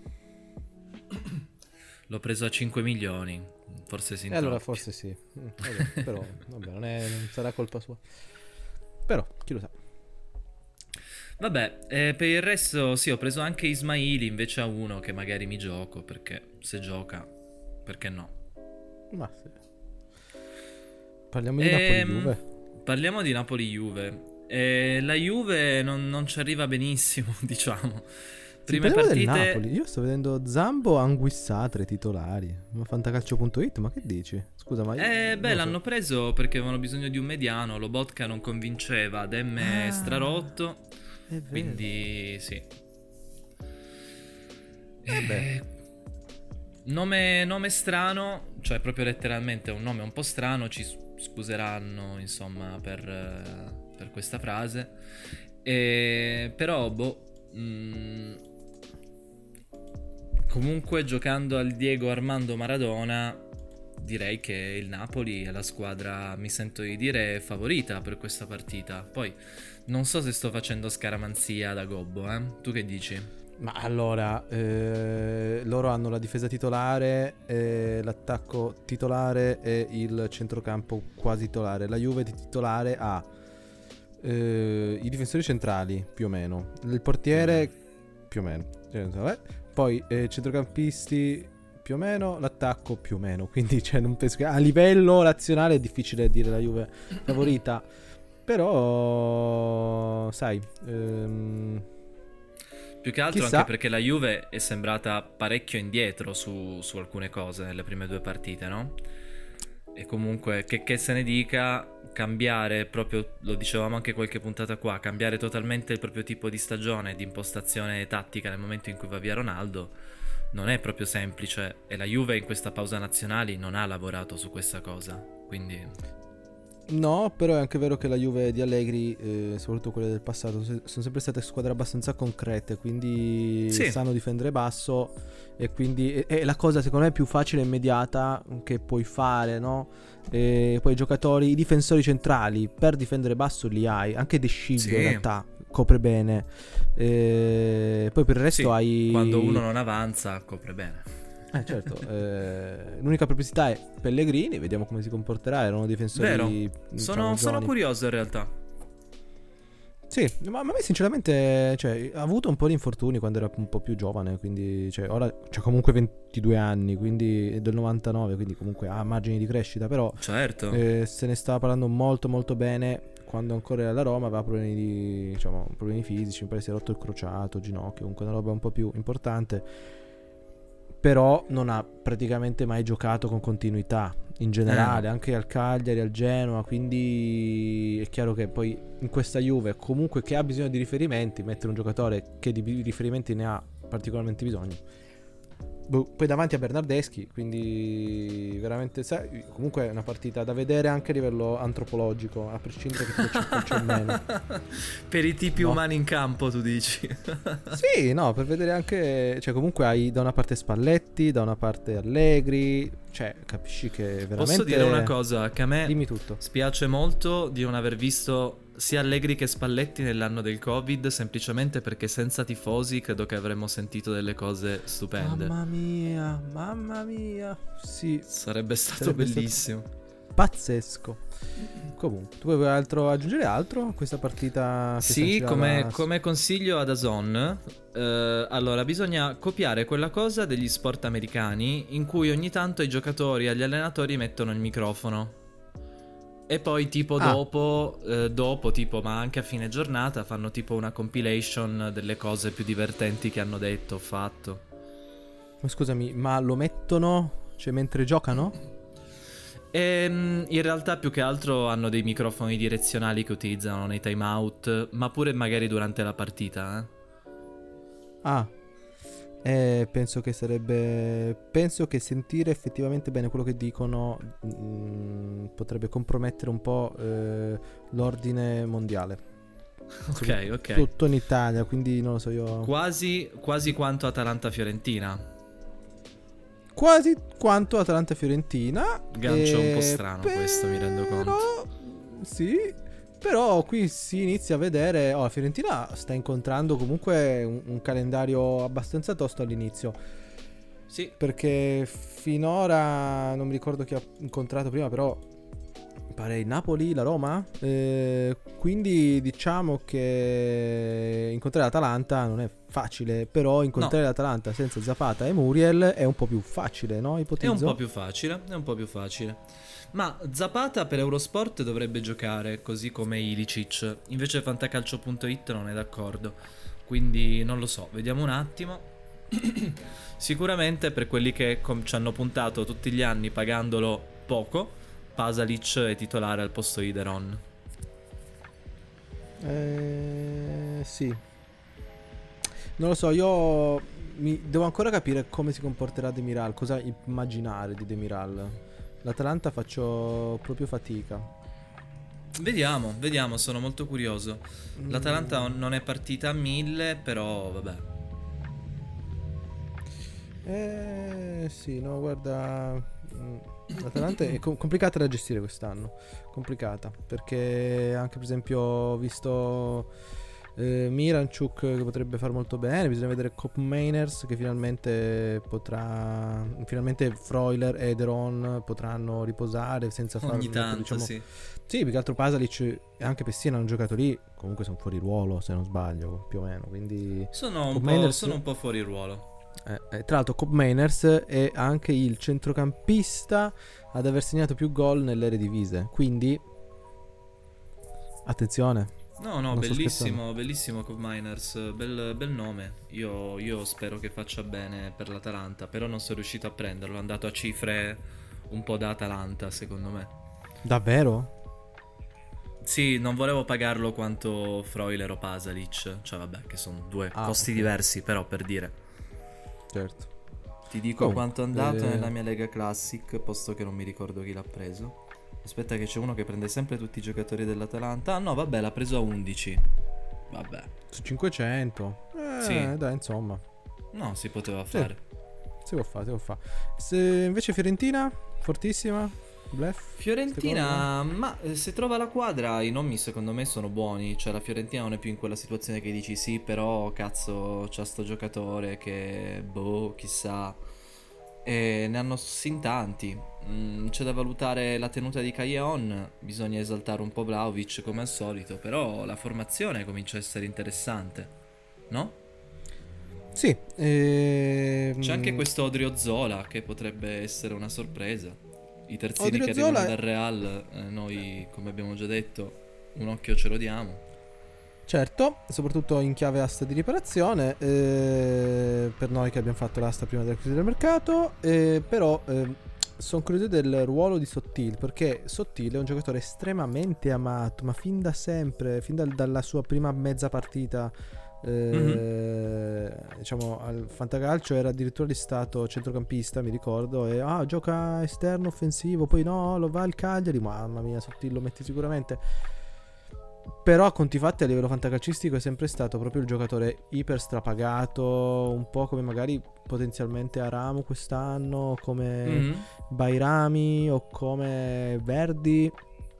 Speaker 1: L'ho preso a cinque milioni. Forse sin
Speaker 2: E allora
Speaker 1: troppi.
Speaker 2: forse sì. Mm, vabbè, però vabbè, non, è, non sarà colpa sua. Però, chi lo sa.
Speaker 1: Vabbè, eh, per il resto sì, ho preso anche Ismaili invece a uno che magari mi gioco, perché se gioca, perché no?
Speaker 2: Ma sì. Parliamo di
Speaker 1: Ehm,
Speaker 2: Napoli-Juve.
Speaker 1: Parliamo di Napoli-Juve. Eh, la Juve non, non ci arriva benissimo, diciamo.
Speaker 2: Sì,
Speaker 1: Prime
Speaker 2: parliamo del
Speaker 1: partite...
Speaker 2: Napoli. Io sto vedendo Zambo, Anguissà tra i titolari. Ma Fantacalcio punto it, ma che dici? Scusa, ma io
Speaker 1: Eh,
Speaker 2: non
Speaker 1: beh,
Speaker 2: lo so.
Speaker 1: l'hanno preso perché avevano bisogno di un mediano. Lobotka non convinceva, Demme è
Speaker 2: Ah,
Speaker 1: strarotto.
Speaker 2: è vero.
Speaker 1: Quindi, sì.
Speaker 2: Vabbè.
Speaker 1: Eh, nome, nome strano, cioè proprio letteralmente un nome un po' strano. Ci s- scuseranno, insomma, per, eh, per questa frase. E, però, boh. mm, comunque, giocando al Diego Armando Maradona, direi che il Napoli è la squadra, mi sento di dire, favorita per questa partita. Poi non so se sto facendo scaramanzia da gobbo, eh? Tu che dici?
Speaker 2: Ma allora, eh, loro hanno la difesa titolare, eh, l'attacco titolare e il centrocampo quasi titolare. La Juve di titolare ha eh, i difensori centrali, più o meno. Il portiere, più o meno. Cioè, vabbè. Poi eh, centrocampisti, più o meno. L'attacco, più o meno. Quindi cioè, non penso che a livello nazionale è difficile dire la Juve favorita. Però, sai... Ehm,
Speaker 1: Più che altro
Speaker 2: chissà.
Speaker 1: anche perché la Juve è sembrata parecchio indietro su, su alcune cose nelle prime due partite, no? E comunque, che, che se ne dica, cambiare proprio, lo dicevamo anche qualche puntata qua, cambiare totalmente il proprio tipo di stagione, di impostazione tattica nel momento in cui va via Ronaldo, non è proprio semplice. E la Juve in questa pausa nazionali non ha lavorato su questa cosa, quindi...
Speaker 2: No, però è anche vero che la Juve di Allegri, eh, soprattutto quelle del passato, se- sono sempre state squadre abbastanza concrete, quindi
Speaker 1: Sì,
Speaker 2: sanno difendere basso e quindi è, è la cosa secondo me più facile e immediata che puoi fare, no? E poi i giocatori, i difensori centrali per difendere basso li hai, anche De Sciglio in
Speaker 1: sì,
Speaker 2: realtà copre bene. E poi per il resto
Speaker 1: sì, quando uno
Speaker 2: hai...
Speaker 1: non avanza copre bene.
Speaker 2: Eh certo, eh, l'unica perplessità è Pellegrini, vediamo come si comporterà, erano
Speaker 1: Vero,
Speaker 2: difensori diciamo
Speaker 1: sono, sono
Speaker 2: giovani.
Speaker 1: curioso in realtà.
Speaker 2: Sì, ma, ma a me sinceramente, cioè, ha avuto un po' di infortuni quando era un po' più giovane, quindi, cioè, ora c'ha comunque ventidue anni, quindi è del novantanove, quindi comunque ha margini di crescita, però
Speaker 1: Certo.
Speaker 2: eh, se ne stava parlando molto molto bene quando ancora era alla Roma, aveva problemi di, diciamo, problemi fisici, mi pare si è rotto il crociato, ginocchio, comunque una roba un po' più importante. Però non ha praticamente mai giocato con continuità in generale,
Speaker 1: Eh no.
Speaker 2: anche al Cagliari, al Genoa, quindi è chiaro che poi in questa Juve comunque che ha bisogno di riferimenti, mettere un giocatore che di riferimenti ne ha particolarmente bisogno. Boh, poi davanti a Bernardeschi, quindi veramente sai, comunque è una partita da vedere anche a livello antropologico, a prescindere che ti piaccia più o piaccia meno.
Speaker 1: Per i tipi
Speaker 2: No?
Speaker 1: umani in campo, tu dici.
Speaker 2: Sì, no, per vedere anche, cioè comunque hai da una parte Spalletti, da una parte Allegri, cioè capisci che veramente...
Speaker 1: Posso dire una cosa, che a me
Speaker 2: Dimmi tutto.
Speaker 1: spiace molto di non aver visto sia Allegri che Spalletti nell'anno del Covid, semplicemente perché senza tifosi credo che avremmo sentito delle cose stupende.
Speaker 2: Mamma mia, mamma mia. Sì,
Speaker 1: sarebbe stato
Speaker 2: sarebbe
Speaker 1: bellissimo.
Speaker 2: Stato pazzesco. Comunque, tu vuoi altro aggiungere altro a questa partita? Che
Speaker 1: Sì, come,
Speaker 2: la...
Speaker 1: come consiglio ad Dazon, eh, allora bisogna copiare quella cosa degli sport americani in cui ogni tanto i giocatori e gli allenatori mettono il microfono. E poi tipo
Speaker 2: Ah.
Speaker 1: dopo, eh, dopo tipo, ma anche a fine giornata fanno tipo una compilation delle cose più divertenti che hanno detto o fatto.
Speaker 2: Ma scusami, ma lo mettono, cioè mentre giocano?
Speaker 1: E in realtà più che altro hanno dei microfoni direzionali che utilizzano nei timeout, ma pure magari durante la partita, eh.
Speaker 2: Ah. Eh, penso che sarebbe. Penso che sentire effettivamente bene quello che dicono mh, potrebbe compromettere un po' eh, l'ordine mondiale.
Speaker 1: Ok, ok.
Speaker 2: Tutto in Italia, quindi non lo so io.
Speaker 1: Quasi, quasi quanto Atalanta-Fiorentina.
Speaker 2: Quasi quanto Atalanta-Fiorentina.
Speaker 1: Gancio
Speaker 2: eh,
Speaker 1: un po' strano questo, mi rendo conto.
Speaker 2: Sì. Però qui si inizia a vedere, oh, la Fiorentina sta incontrando comunque un, un calendario abbastanza tosto all'inizio.
Speaker 1: Sì.
Speaker 2: Perché finora non mi ricordo chi ha incontrato prima, però pare il Napoli, la Roma. Eh, quindi diciamo che incontrare l'Atalanta non è facile, però incontrare
Speaker 1: No.
Speaker 2: l'Atalanta senza Zapata e Muriel è un po' più facile, no? Ipotizzo.
Speaker 1: È un po' più facile, è un po' più facile. Ma Zapata per Eurosport dovrebbe giocare, così come Ilicic. Invece Fantacalcio punto it non è d'accordo. Quindi non lo so, vediamo un attimo. Sicuramente per quelli che com- ci hanno puntato tutti gli anni pagandolo poco, Pasalic è titolare al posto di Deron.
Speaker 2: Eh, sì. Non lo so, io mi devo ancora capire come si comporterà Demiral, cosa immaginare di Demiral. L'Atalanta faccio proprio fatica.
Speaker 1: Vediamo, vediamo, sono molto curioso. L'Atalanta non è partita a mille, però vabbè.
Speaker 2: Eh sì, no, guarda, l'Atalanta è com- complicata da gestire quest'anno. Complicata, perché anche per esempio ho visto eh, Miranchuk che potrebbe far molto bene. Bisogna vedere Cop Mainers che finalmente potrà. Finalmente Freuler e Deron potranno riposare senza far
Speaker 1: Ogni tanto,
Speaker 2: diciamo,
Speaker 1: sì.
Speaker 2: Sì, più che altro Pasalic e anche Pessina hanno giocato lì. Comunque sono fuori ruolo, se non sbaglio, più o meno. Quindi
Speaker 1: Sono un,
Speaker 2: Cop
Speaker 1: po',
Speaker 2: Mainers-
Speaker 1: sono un po' fuori ruolo.
Speaker 2: eh, eh, tra l'altro Cobb Mainers è anche il centrocampista ad aver segnato più gol nell'Eredivisie, quindi attenzione.
Speaker 1: No, no,
Speaker 2: Non sto
Speaker 1: bellissimo, bellissimo Cop Miners, bel, bel nome. Io, io spero che faccia bene per l'Atalanta, però non sono riuscito a prenderlo, è andato a cifre un po' da Atalanta, secondo me.
Speaker 2: Davvero?
Speaker 1: Sì, non volevo pagarlo quanto Freuler o Pasalic, cioè vabbè, che sono due
Speaker 2: Ah,
Speaker 1: costi
Speaker 2: ok.
Speaker 1: diversi, però per dire.
Speaker 2: Certo.
Speaker 1: Ti dico
Speaker 2: Comunque,
Speaker 1: quanto è andato
Speaker 2: eh,
Speaker 1: nella mia Lega Classic, posto che non mi ricordo chi l'ha preso. Aspetta che c'è uno che prende sempre tutti i giocatori dell'Atalanta. Ah no, vabbè, l'ha preso a undici. Vabbè.
Speaker 2: Su cinquecento. Eh,
Speaker 1: Sì.
Speaker 2: dai, insomma.
Speaker 1: No, si poteva
Speaker 2: Sì.
Speaker 1: fare.
Speaker 2: Si può fare, si può fare. Se invece Fiorentina, fortissima. Bluff.
Speaker 1: Fiorentina, ma eh, se trova la quadra i nomi secondo me sono buoni. Cioè la Fiorentina non è più in quella situazione che dici sì, però cazzo c'ha sto giocatore che boh, chissà. E ne hanno sin tanti. Mm, c'è da valutare la tenuta di Callejon, bisogna esaltare un po' Vlahovic come al solito, però la formazione comincia a essere interessante, no?
Speaker 2: Sì. ehm,
Speaker 1: C'è anche questo Odriozola che potrebbe essere una sorpresa. I terzini che
Speaker 2: Odriozola
Speaker 1: arrivano
Speaker 2: è-
Speaker 1: dal Real, eh, noi come abbiamo già detto, un occhio ce lo diamo.
Speaker 2: Certo, soprattutto in chiave asta di riparazione, eh, per noi che abbiamo fatto l'asta prima della crisi del mercato, eh, però sono curioso del ruolo di Sottil, perché Sottil è un giocatore estremamente amato, ma fin da sempre, fin dal- dalla sua prima mezza partita, eh,
Speaker 1: Mhm.
Speaker 2: diciamo al Fantacalcio era addirittura listato centrocampista, mi ricordo, e ah, gioca esterno offensivo, poi no, lo va al Cagliari, mamma mia, Sottil lo metti sicuramente. Però a conti fatti a livello fantacalcistico è sempre stato proprio il giocatore iper strapagato, un po' come magari potenzialmente Aramu quest'anno, come
Speaker 1: Mhm.
Speaker 2: Bairami o come Verdi.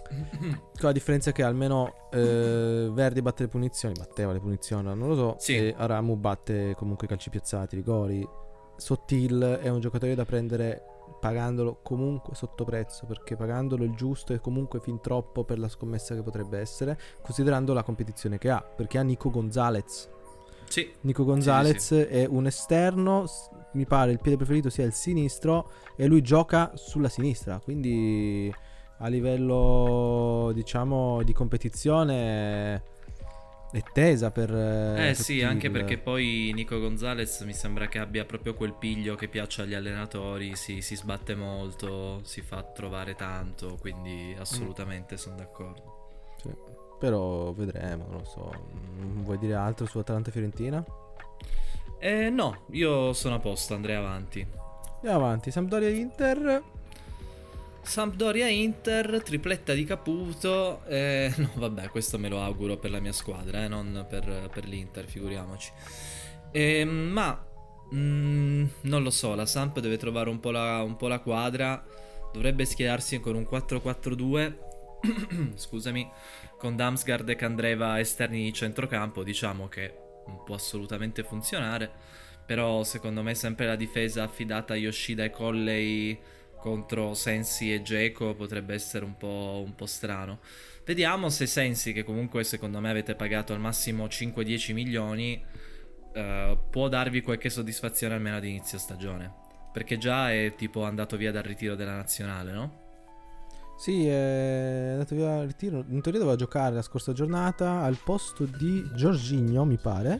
Speaker 2: Con la differenza che almeno eh, Verdi batte le punizioni, batteva le punizioni, non lo so,
Speaker 1: Sì.
Speaker 2: e Aramu batte comunque i calci piazzati, rigori. Sottil è un giocatore da prendere pagandolo comunque sotto prezzo, perché pagandolo il giusto è comunque fin troppo per la scommessa che potrebbe essere, considerando la competizione che ha, perché ha Nico Gonzalez.
Speaker 1: Sì.
Speaker 2: Nico Gonzalez
Speaker 1: Sì, sì, sì.
Speaker 2: è un esterno, s- mi pare il piede preferito sia il sinistro e lui gioca sulla sinistra, quindi a livello diciamo di competizione è tesa per
Speaker 1: Eh
Speaker 2: eh,
Speaker 1: sì,
Speaker 2: Sottil.
Speaker 1: anche perché poi Nico Gonzalez mi sembra che abbia proprio quel piglio che piace agli allenatori, si, si sbatte molto, si fa trovare tanto, quindi assolutamente sono d'accordo.
Speaker 2: Sì. Però vedremo, non lo so. Mm, vuoi dire altro su Atalanta Fiorentina?
Speaker 1: Eh no, io sono a posto, andrei avanti.
Speaker 2: Andiamo avanti, Sampdoria Inter.
Speaker 1: Sampdoria Inter, tripletta di Caputo. Eh, no, vabbè, questo me lo auguro per la mia squadra, eh, non per, per l'Inter, figuriamoci. Eh, ma mm, non lo so, la Samp deve trovare un po' la, un po' la quadra. Dovrebbe schierarsi con un quattro quattro due. Scusami, con Damsgaard e Candreva esterni di centrocampo. Diciamo che può assolutamente funzionare. Però secondo me sempre la difesa affidata a Yoshida e Colley contro Sensi e Dzeko potrebbe essere un po', un po' strano. Vediamo se Sensi, che comunque secondo me avete pagato al massimo cinque dieci milioni, eh, può darvi qualche soddisfazione almeno ad inizio stagione. Perché già è tipo andato via dal ritiro della nazionale, no?
Speaker 2: Sì, è andato via al ritiro. In teoria doveva giocare la scorsa giornata al posto di Jorginho, mi pare.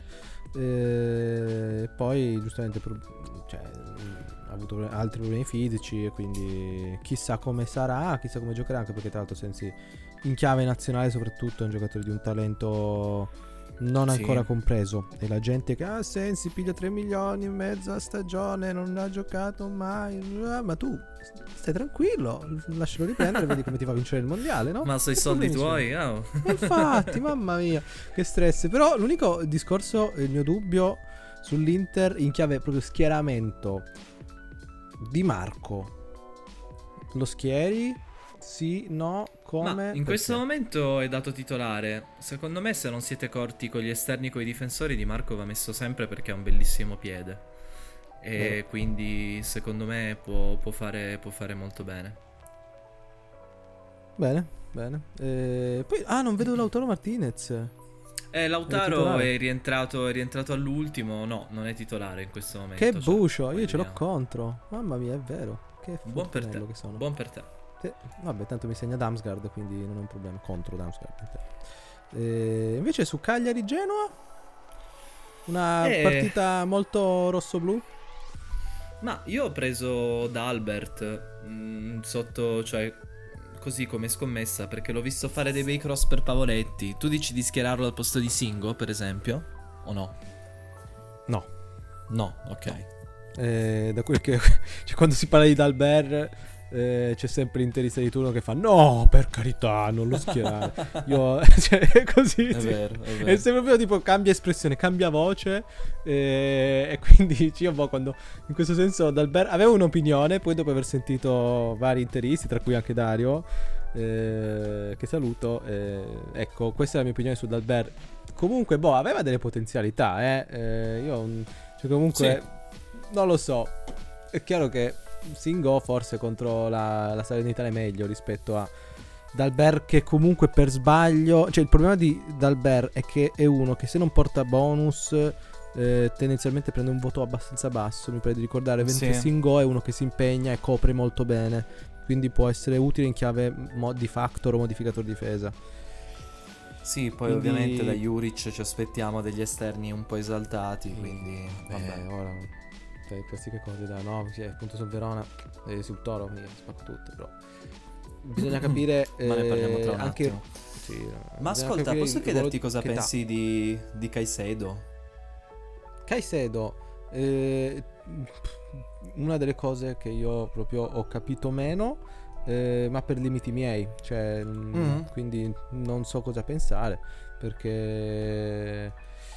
Speaker 2: E poi giustamente pro- cioè, ha avuto pro- altri problemi fisici e quindi chissà come sarà, chissà come giocherà, anche perché tra l'altro Sensi in chiave nazionale soprattutto è un giocatore di un talento non
Speaker 1: Sì.
Speaker 2: ancora compreso, e la gente che ah Sensi piglia tre milioni in mezzo a stagione, non ha giocato mai. Ah, ma tu stai tranquillo, lascialo riprendere, vedi come ti fa vincere il mondiale, no?
Speaker 1: Ma sono i
Speaker 2: Che
Speaker 1: soldi
Speaker 2: problemi
Speaker 1: tuoi? Oh.
Speaker 2: sono? Ma infatti, mamma mia, che stress. Però l'unico discorso, il mio dubbio sull'Inter in chiave proprio schieramento: Di Marco lo schieri? Sì, no, come?
Speaker 1: Ma in
Speaker 2: Perché?
Speaker 1: questo momento è dato titolare. Secondo me, se non siete corti con gli esterni e con i difensori, Di Marco va messo sempre perché ha un bellissimo piede. E
Speaker 2: Vero.
Speaker 1: quindi secondo me può, può fare, può fare molto bene.
Speaker 2: Bene, bene. Eh, poi, ah, non vedo Lautaro Martinez.
Speaker 1: Eh,
Speaker 2: È
Speaker 1: Lautaro
Speaker 2: titolare.
Speaker 1: è rientrato, è rientrato all'ultimo. No, non è titolare in questo momento.
Speaker 2: Che
Speaker 1: cioè,
Speaker 2: bucio,
Speaker 1: poi
Speaker 2: io ce l'ho
Speaker 1: vediamo.
Speaker 2: contro. Mamma mia, è vero. Che
Speaker 1: Buon per te.
Speaker 2: fortunello che sono.
Speaker 1: Buon per te.
Speaker 2: Sì, vabbè, tanto mi segna Damsgaard, quindi non è un problema. Contro Damsgaard. Eh, invece su Cagliari-Genoa, una
Speaker 1: Eh,
Speaker 2: partita molto rosso-blu.
Speaker 1: Ma io ho preso D'Albert mm, sotto, cioè così come scommessa, perché l'ho visto fare dei bei cross per Pavoletti. Tu dici di schierarlo al posto di Singo, per esempio? O no?
Speaker 2: No.
Speaker 1: No, ok.
Speaker 2: Eh, da quel che cioè, quando si parla di Dalbert eh, c'è sempre l'interista di turno che fa no, per carità, non lo schierare. Io cioè, è così.
Speaker 1: È
Speaker 2: sì.
Speaker 1: vero, è vero.
Speaker 2: È sempre proprio tipo cambia espressione, cambia voce eh, e quindi io boh, quando in questo senso Dalbert avevo un'opinione, poi dopo aver sentito vari interisti, tra cui anche Dario, eh, che saluto, eh, ecco, questa è la mia opinione su Dalbert. Comunque boh, aveva delle potenzialità, eh, eh io mm, cioè comunque
Speaker 1: Sì.
Speaker 2: non lo so. È chiaro che Singo forse contro la, la Salernitana è meglio rispetto a Dalbert, che comunque per sbaglio, cioè il problema di Dalbert è che è uno che se non porta bonus eh, tendenzialmente prende un voto abbastanza basso, mi pare di ricordare, mentre
Speaker 1: Sì.
Speaker 2: Singo è uno che si impegna e copre molto bene, quindi può essere utile in chiave mo- di factor o modificatore difesa.
Speaker 1: Sì, poi
Speaker 2: Quindi-
Speaker 1: ovviamente da Juric ci aspettiamo degli esterni un po' esaltati, quindi vabbè.
Speaker 2: Eh, ora per classiche cose da no, sì, appunto sul Verona e sul Toro, quindi spacco tutto, però bisogna capire
Speaker 1: Ma ne parliamo tra
Speaker 2: eh,
Speaker 1: un
Speaker 2: anche
Speaker 1: attimo.
Speaker 2: sì,
Speaker 1: Ma
Speaker 2: bisogna
Speaker 1: ascolta,
Speaker 2: capire
Speaker 1: posso
Speaker 2: il
Speaker 1: chiederti
Speaker 2: ruolo
Speaker 1: cosa
Speaker 2: che dà.
Speaker 1: pensi di, di Caicedo?
Speaker 2: Caicedo, eh, una delle cose che io proprio ho capito meno, eh, ma per limiti miei, cioè, mm,
Speaker 1: Mm.
Speaker 2: quindi non so cosa pensare, perché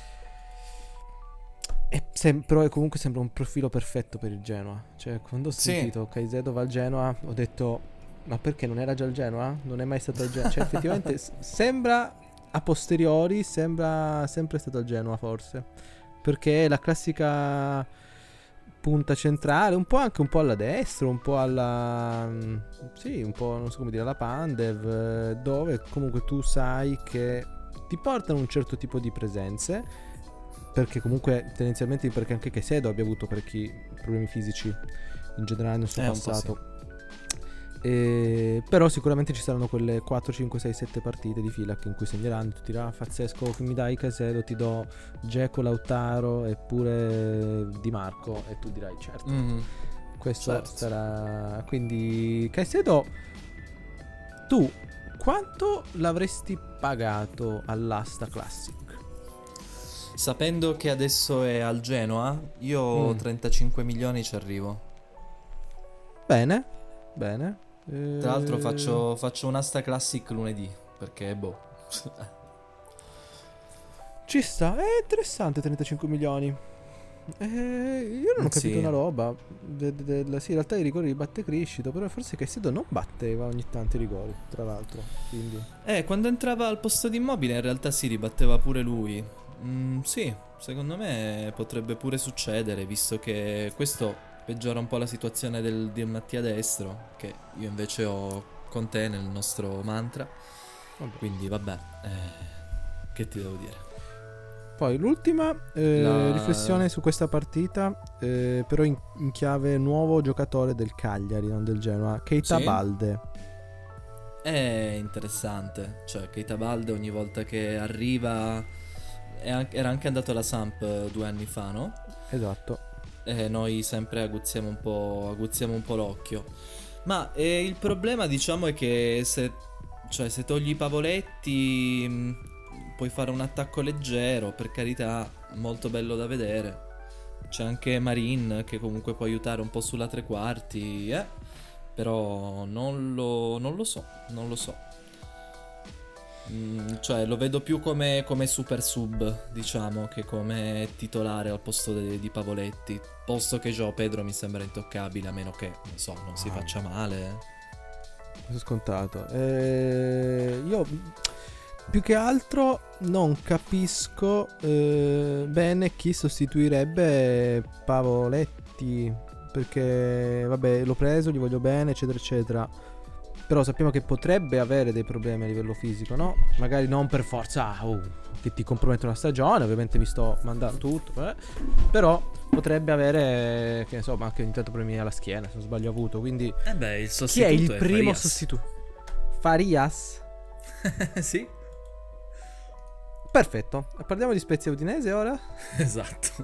Speaker 2: è sem- però è comunque sembra un profilo perfetto per il Genoa. Cioè, quando ho
Speaker 1: Sì.
Speaker 2: sentito Caicedo va al Genoa, ho detto Ma perché non era già il Genoa? Non è mai stato il Genoa? Cioè effettivamente s- sembra a posteriori, sembra sempre stato il Genoa forse. Perché è la classica punta centrale, un po' anche un po' alla destra, un po' alla... mm, sì, un po' non so come dire, alla Pandev, eh, dove comunque tu sai che ti portano un certo tipo di presenze, perché comunque tendenzialmente perché anche Caicedo abbia avuto parecchi problemi fisici in generale nel suo
Speaker 1: Eh, un po' sì.
Speaker 2: passato. E- però sicuramente ci saranno quelle quattro, cinque, sei, sette partite di fila che in cui segneranno. Tu dirai: "Ah, pazzesco, che mi dai Caicedo, ti do Dzeko, Lautaro eppure Di Marco", e tu dirai certo,
Speaker 1: Mhm,
Speaker 2: questo
Speaker 1: certo.
Speaker 2: sarà. Quindi Caicedo, tu quanto l'avresti pagato all'asta Classic?
Speaker 1: Sapendo che adesso è al Genoa, io
Speaker 2: Mm,
Speaker 1: trentacinque milioni ci arrivo.
Speaker 2: bene, bene.
Speaker 1: Tra l'altro
Speaker 2: Eh,
Speaker 1: faccio, faccio un'asta classic lunedì, perché boh.
Speaker 2: ci sta, è interessante trentacinque milioni. Eh, io non ho capito
Speaker 1: Sì.
Speaker 2: una roba. De- de- del- sì, in realtà i rigori li batte Criscito, però forse Caicedo non batteva ogni tanto i rigori, tra l'altro. Quindi,
Speaker 1: Eh, quando entrava al posto di Immobile in realtà si ribatteva pure lui. Mm, sì, secondo me potrebbe pure succedere, visto che questo peggiora un po' la situazione del, di Mattia Destro, che io invece ho con te nel nostro mantra.
Speaker 2: vabbè.
Speaker 1: Quindi vabbè, eh, che ti devo dire?
Speaker 2: Poi l'ultima eh,
Speaker 1: La...
Speaker 2: riflessione su questa partita, eh, però in, in chiave nuovo giocatore del Cagliari, non del Genoa, Keita
Speaker 1: Sì?
Speaker 2: Balde.
Speaker 1: È interessante, cioè Keita Balde ogni volta che arriva è an- era anche andato alla Samp eh, due anni fa, no?
Speaker 2: Esatto.
Speaker 1: E noi sempre aguzziamo un po', aguzziamo un po' l'occhio. Ma eh, il problema diciamo è che se, cioè, se togli i Pavoletti mh, puoi fare un attacco leggero, per carità, molto bello da vedere. C'è anche Marin che comunque può aiutare un po' sulla tre quarti, eh? Però non lo, non lo so, non lo so. Mm, cioè lo vedo più come, come super sub, diciamo, che come titolare al posto de- di Pavoletti. Posto che Joao Pedro mi sembra intoccabile, a meno che, non so, non si
Speaker 2: Ah,
Speaker 1: faccia male.
Speaker 2: questo è scontato. Eh, io più che altro non capisco eh, bene chi sostituirebbe Pavoletti. Perché, vabbè, l'ho preso, gli voglio bene, eccetera, eccetera. Però sappiamo che potrebbe avere dei problemi a livello fisico, no? Magari non per forza ah, oh, che ti compromettono la stagione. Ovviamente mi sto mandando tutto. Eh. Però potrebbe avere, che ne so, ma anche ogni tanto problemi alla schiena, se non sbaglio, ha avuto. Quindi
Speaker 1: Eh beh, il
Speaker 2: chi è il
Speaker 1: sostituto è
Speaker 2: primo
Speaker 1: Farias.
Speaker 2: sostituto? Farias?
Speaker 1: Sì,
Speaker 2: Perfetto. Parliamo di Spezia Udinese ora?
Speaker 1: esatto.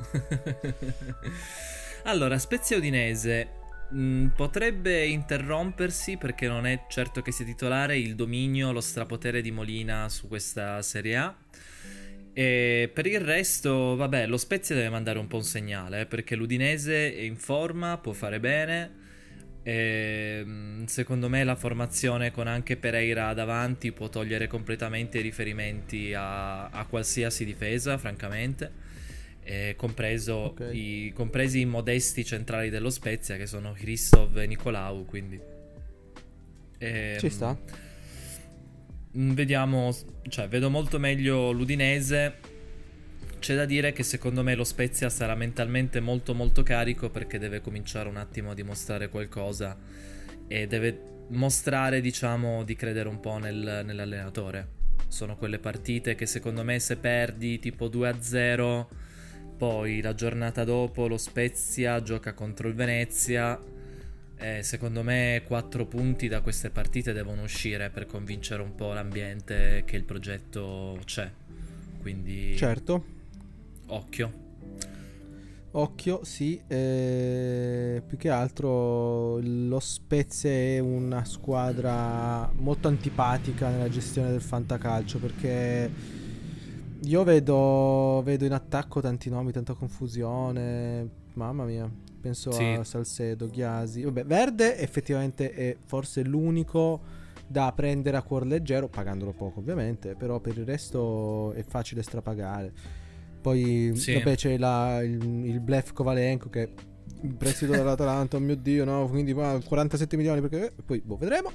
Speaker 1: Allora, Spezia Udinese mh, potrebbe interrompersi perché non è certo che sia titolare il dominio, lo strapotere di Molina su questa Serie A. E per il resto, vabbè, lo Spezia deve mandare un po' un segnale, eh, perché l'Udinese è in forma, può fare bene. E, mh, secondo me la formazione con anche Pereira davanti può togliere completamente i riferimenti a, a qualsiasi difesa, francamente. E compreso
Speaker 2: Ok.
Speaker 1: i, compresi i modesti centrali dello Spezia che sono Christoph e Nicolau, quindi
Speaker 2: Ci
Speaker 1: ehm,
Speaker 2: sta.
Speaker 1: mm, vediamo, cioè vedo molto meglio l'Udinese. C'è da dire che secondo me lo Spezia sarà mentalmente molto molto carico perché deve cominciare un attimo a dimostrare qualcosa e deve mostrare, diciamo, di credere un po' nel- nell'allenatore. Sono quelle partite che secondo me se perdi tipo due a zero, poi la giornata dopo lo Spezia gioca contro il Venezia e secondo me quattro punti da queste partite devono uscire per convincere un po' l'ambiente che il progetto c'è. Quindi
Speaker 2: Certo.
Speaker 1: occhio.
Speaker 2: Occhio, sì. eh, più che altro lo Spezia è una squadra molto antipatica nella gestione del fantacalcio, perché io vedo, vedo in attacco tanti nomi, tanta confusione. Mamma mia, penso
Speaker 1: Sì,
Speaker 2: a Salcedo, Ghiasi. Vabbè, Verde effettivamente è forse l'unico da prendere a cuor leggero, pagandolo poco ovviamente, però per il resto è facile strapagare. Poi
Speaker 1: sì.
Speaker 2: vabbè c'è la- il, il bluff Kovalenko che il prestito dall'Atalanta, oh mio Dio, no, quindi ah, quarantasette milioni perché poi boh, vedremo.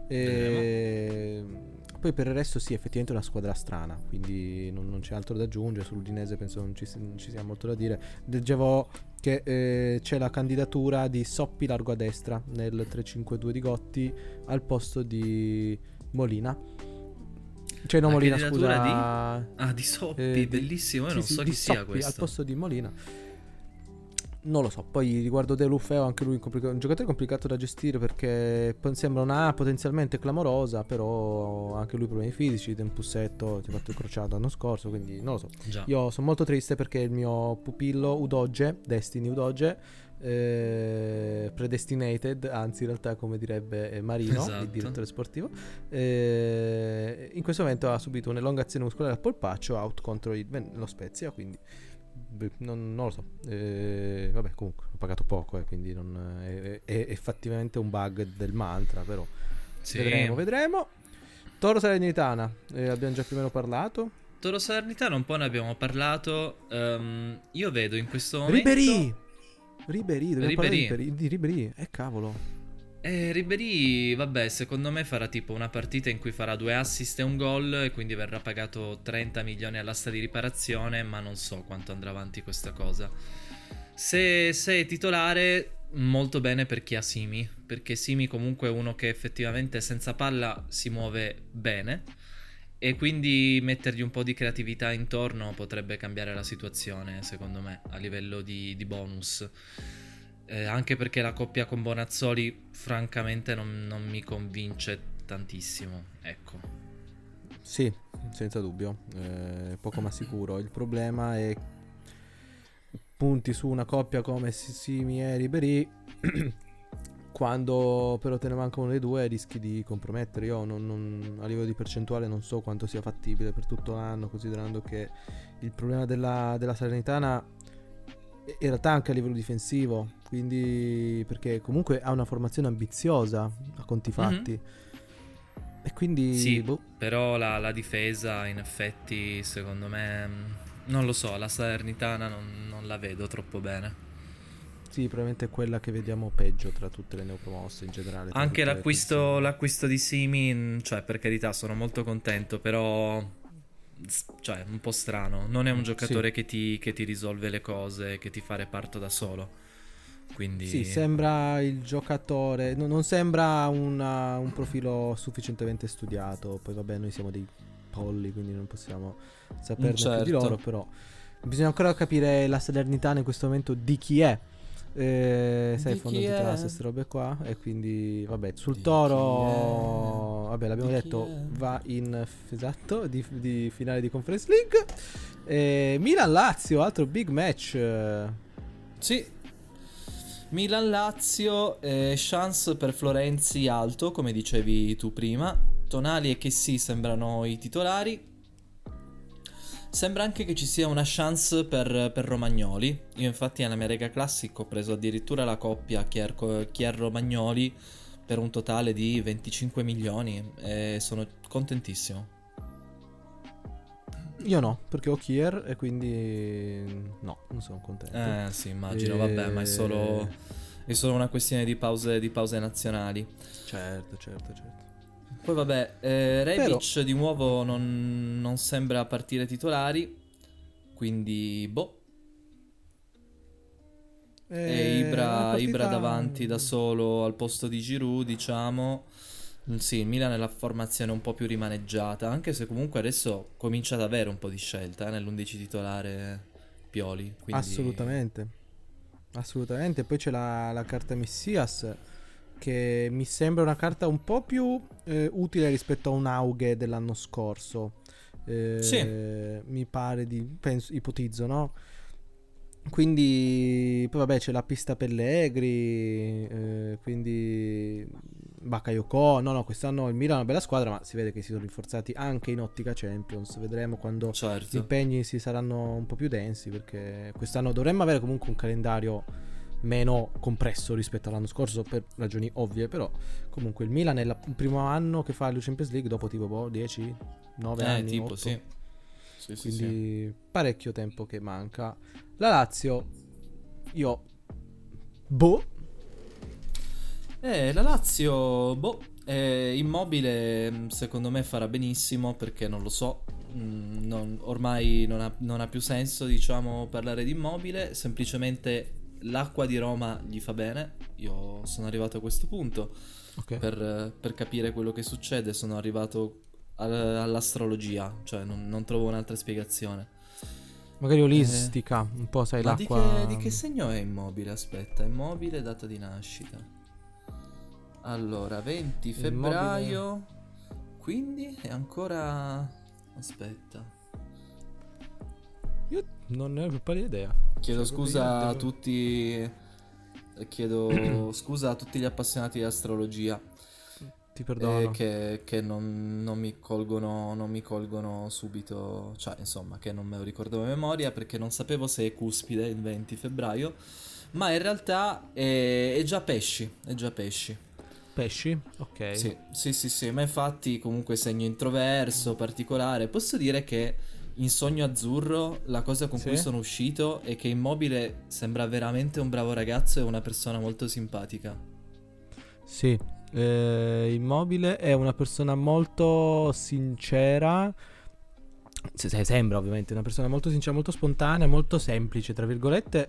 Speaker 2: E... poi per il resto sì, effettivamente è una squadra strana, quindi non, non c'è altro da aggiungere. Sull'Udinese penso non ci, non ci sia molto da dire. Leggevo che eh, c'è la candidatura di Soppi largo a destra nel tre cinque due di Gotti al posto di Molina. Cioè no,
Speaker 1: La
Speaker 2: Molina
Speaker 1: candidatura
Speaker 2: scusa
Speaker 1: di... Ah, di Soppi,
Speaker 2: eh, di-
Speaker 1: bellissimo, io
Speaker 2: sì,
Speaker 1: non
Speaker 2: sì,
Speaker 1: so
Speaker 2: di
Speaker 1: chi sia
Speaker 2: Soppi al
Speaker 1: questo.
Speaker 2: posto di Molina. Non lo so, poi riguardo De Lufeo anche lui è complicato- un giocatore complicato da gestire perché poi sembra una A potenzialmente clamorosa, però anche lui ha problemi fisici, Tempussetto si è fatto il crociato l'anno scorso, quindi non lo so.
Speaker 1: Già.
Speaker 2: Io sono molto triste perché il mio pupillo Udoge, Destiny Udoge, eh, predestinated, anzi in realtà come direbbe eh, Marino,
Speaker 1: Esatto.
Speaker 2: il direttore sportivo, eh, in questo momento ha subito un'elongazione muscolare al polpaccio out contro il, lo Spezia, quindi beh, non, non lo so. Eh, vabbè, comunque ho pagato poco, eh, quindi non, è, è, è effettivamente un bug del mantra, però
Speaker 1: Sì.
Speaker 2: vedremo, vedremo. Toro Salernitana, eh, abbiamo già più o meno parlato.
Speaker 1: Toro Salernitana un po' ne abbiamo parlato. Ehm, io vedo in questo momento
Speaker 2: Ribéry! Ribéry, dobbiamo
Speaker 1: Ribéry.
Speaker 2: parlare di Ribéry, di Ribéry. Eh cavolo.
Speaker 1: Eh, Ribéry, vabbè, secondo me farà tipo una partita in cui farà due assist e un gol e quindi verrà pagato trenta milioni all'asta di riparazione, ma non so quanto andrà avanti questa cosa. Se, se è titolare, molto bene per chi ha Simi, perché Simi comunque è uno che effettivamente senza palla si muove bene e quindi mettergli un po' di creatività intorno potrebbe cambiare la situazione, secondo me, a livello di, di bonus. Eh, anche perché la coppia con Bonazzoli francamente non, non mi convince tantissimo, ecco.
Speaker 2: Sì, senza dubbio, eh, poco ma sicuro. Il problema è punti su una coppia come Simi e Ribéry quando però te ne manca uno dei due rischi di compromettere. Io non, non, a livello di percentuale non so quanto sia fattibile per tutto l'anno, considerando che il problema della, della Salernitana in realtà anche a livello difensivo, quindi perché comunque ha una formazione ambiziosa a conti fatti, mm-hmm. E quindi
Speaker 1: sì,
Speaker 2: boh.
Speaker 1: Però la, la difesa in effetti secondo me non lo so, la Salernitana non, non la vedo troppo bene.
Speaker 2: Sì, probabilmente è quella che vediamo peggio tra tutte le neopromosse in generale.
Speaker 1: Anche l'acquisto, l'acquisto di Simi, cioè per carità sono molto contento, però cioè un po' strano. Non è un giocatore sì. che, ti, che ti risolve le cose, che ti fa reparto da solo. Quindi
Speaker 2: sì, sembra il giocatore, no, non sembra una, un profilo sufficientemente studiato. Poi vabbè, noi siamo dei polli, quindi non possiamo saperne certo. più di loro, però bisogna ancora capire la Salernitana in questo momento di chi è. Eh, sai, fondamentale queste robe qua. E quindi vabbè, sul di Toro vabbè, l'abbiamo di detto, va in esatto di, di finale di Conference League. eh, Milan-Lazio, altro big match.
Speaker 1: Sì, Milan-Lazio, eh, chance per Florenzi alto, come dicevi tu prima. Tonali e Kessi sembrano i titolari. Sembra anche che ci sia una chance per, per Romagnoli. Io infatti nella mia Rega Classic ho preso addirittura la coppia Chier-Romagnoli per un totale di venticinque milioni e sono contentissimo.
Speaker 2: Io no, perché ho Chier e quindi no, non sono contento.
Speaker 1: Eh sì, immagino, e... vabbè, ma è solo, è solo una questione di pause, di pause nazionali.
Speaker 2: Certo, certo, certo.
Speaker 1: Poi vabbè, eh, Rebic Però... di nuovo non, non sembra partire titolari, quindi boh. E, e Ibra, partita... Ibra davanti da solo al posto di Giroud, diciamo. Sì, il Milan è la formazione un po' più rimaneggiata, anche se comunque adesso comincia ad avere un po' di scelta eh, nell'undici titolare Pioli. Quindi...
Speaker 2: Assolutamente, assolutamente. Poi c'è la, la carta Messias, che mi sembra una carta un po' più eh, utile rispetto a un Auge dell'anno scorso. Eh,
Speaker 1: sì.
Speaker 2: Mi pare di, penso, ipotizzo, no? Quindi poi vabbè c'è la pista Pellegri, eh, quindi Bakayoko. No no, quest'anno il Milan è una bella squadra, ma si vede che si sono rinforzati anche in ottica Champions. Vedremo quando certo. gli impegni si saranno un po' più densi, perché quest'anno dovremmo avere comunque un calendario meno compresso rispetto all'anno scorso per ragioni ovvie, però comunque il Milan è la, il primo anno che fa la Champions League dopo tipo boh, dieci nove
Speaker 1: eh,
Speaker 2: anni
Speaker 1: tipo
Speaker 2: otto.
Speaker 1: sì. Sì,
Speaker 2: quindi
Speaker 1: sì, sì.
Speaker 2: parecchio tempo che manca. La Lazio io Boh.
Speaker 1: Eh, la Lazio, boh, eh, Immobile secondo me farà benissimo perché non lo so, mh, non- ormai non ha, non ha più senso, diciamo, parlare di Immobile, semplicemente l'acqua di Roma gli fa bene, io sono arrivato a questo punto,
Speaker 2: Ok.
Speaker 1: per, per capire quello che succede sono arrivato al- all'astrologia, cioè non, non trovo un'altra spiegazione.
Speaker 2: Magari
Speaker 1: Eh,
Speaker 2: olistica, un po', sai,
Speaker 1: ma di che, di
Speaker 2: l'acqua.
Speaker 1: che segno è Immobile? Aspetta, Immobile, data di nascita. Allora, venti
Speaker 2: Immobile.
Speaker 1: febbraio. Quindi è ancora... Aspetta.
Speaker 2: Io non ne ho più pallida idea.
Speaker 1: Chiedo
Speaker 2: Cioè, proprio io
Speaker 1: scusa a
Speaker 2: devo-
Speaker 1: tutti... Chiedo scusa a tutti gli appassionati di astrologia
Speaker 2: Ti
Speaker 1: eh,
Speaker 2: perdono.
Speaker 1: che, che non, non mi colgono, non mi colgono subito, cioè insomma che non me lo ricordo a memoria perché non sapevo se è cuspide il venti febbraio, ma in realtà è, è già pesci, è già pesci.
Speaker 2: Pesci? Ok.
Speaker 1: Sì, sì, sì, sì, ma infatti comunque segno introverso, particolare. Posso dire che in Sogno Azzurro la cosa con cui
Speaker 2: Sì?
Speaker 1: sono uscito è che Immobile sembra veramente un bravo ragazzo e una persona molto simpatica.
Speaker 2: Sì. Eh, Immobile è una persona molto sincera. Se- se- Sembra ovviamente una persona molto sincera, molto spontanea, molto semplice, tra virgolette.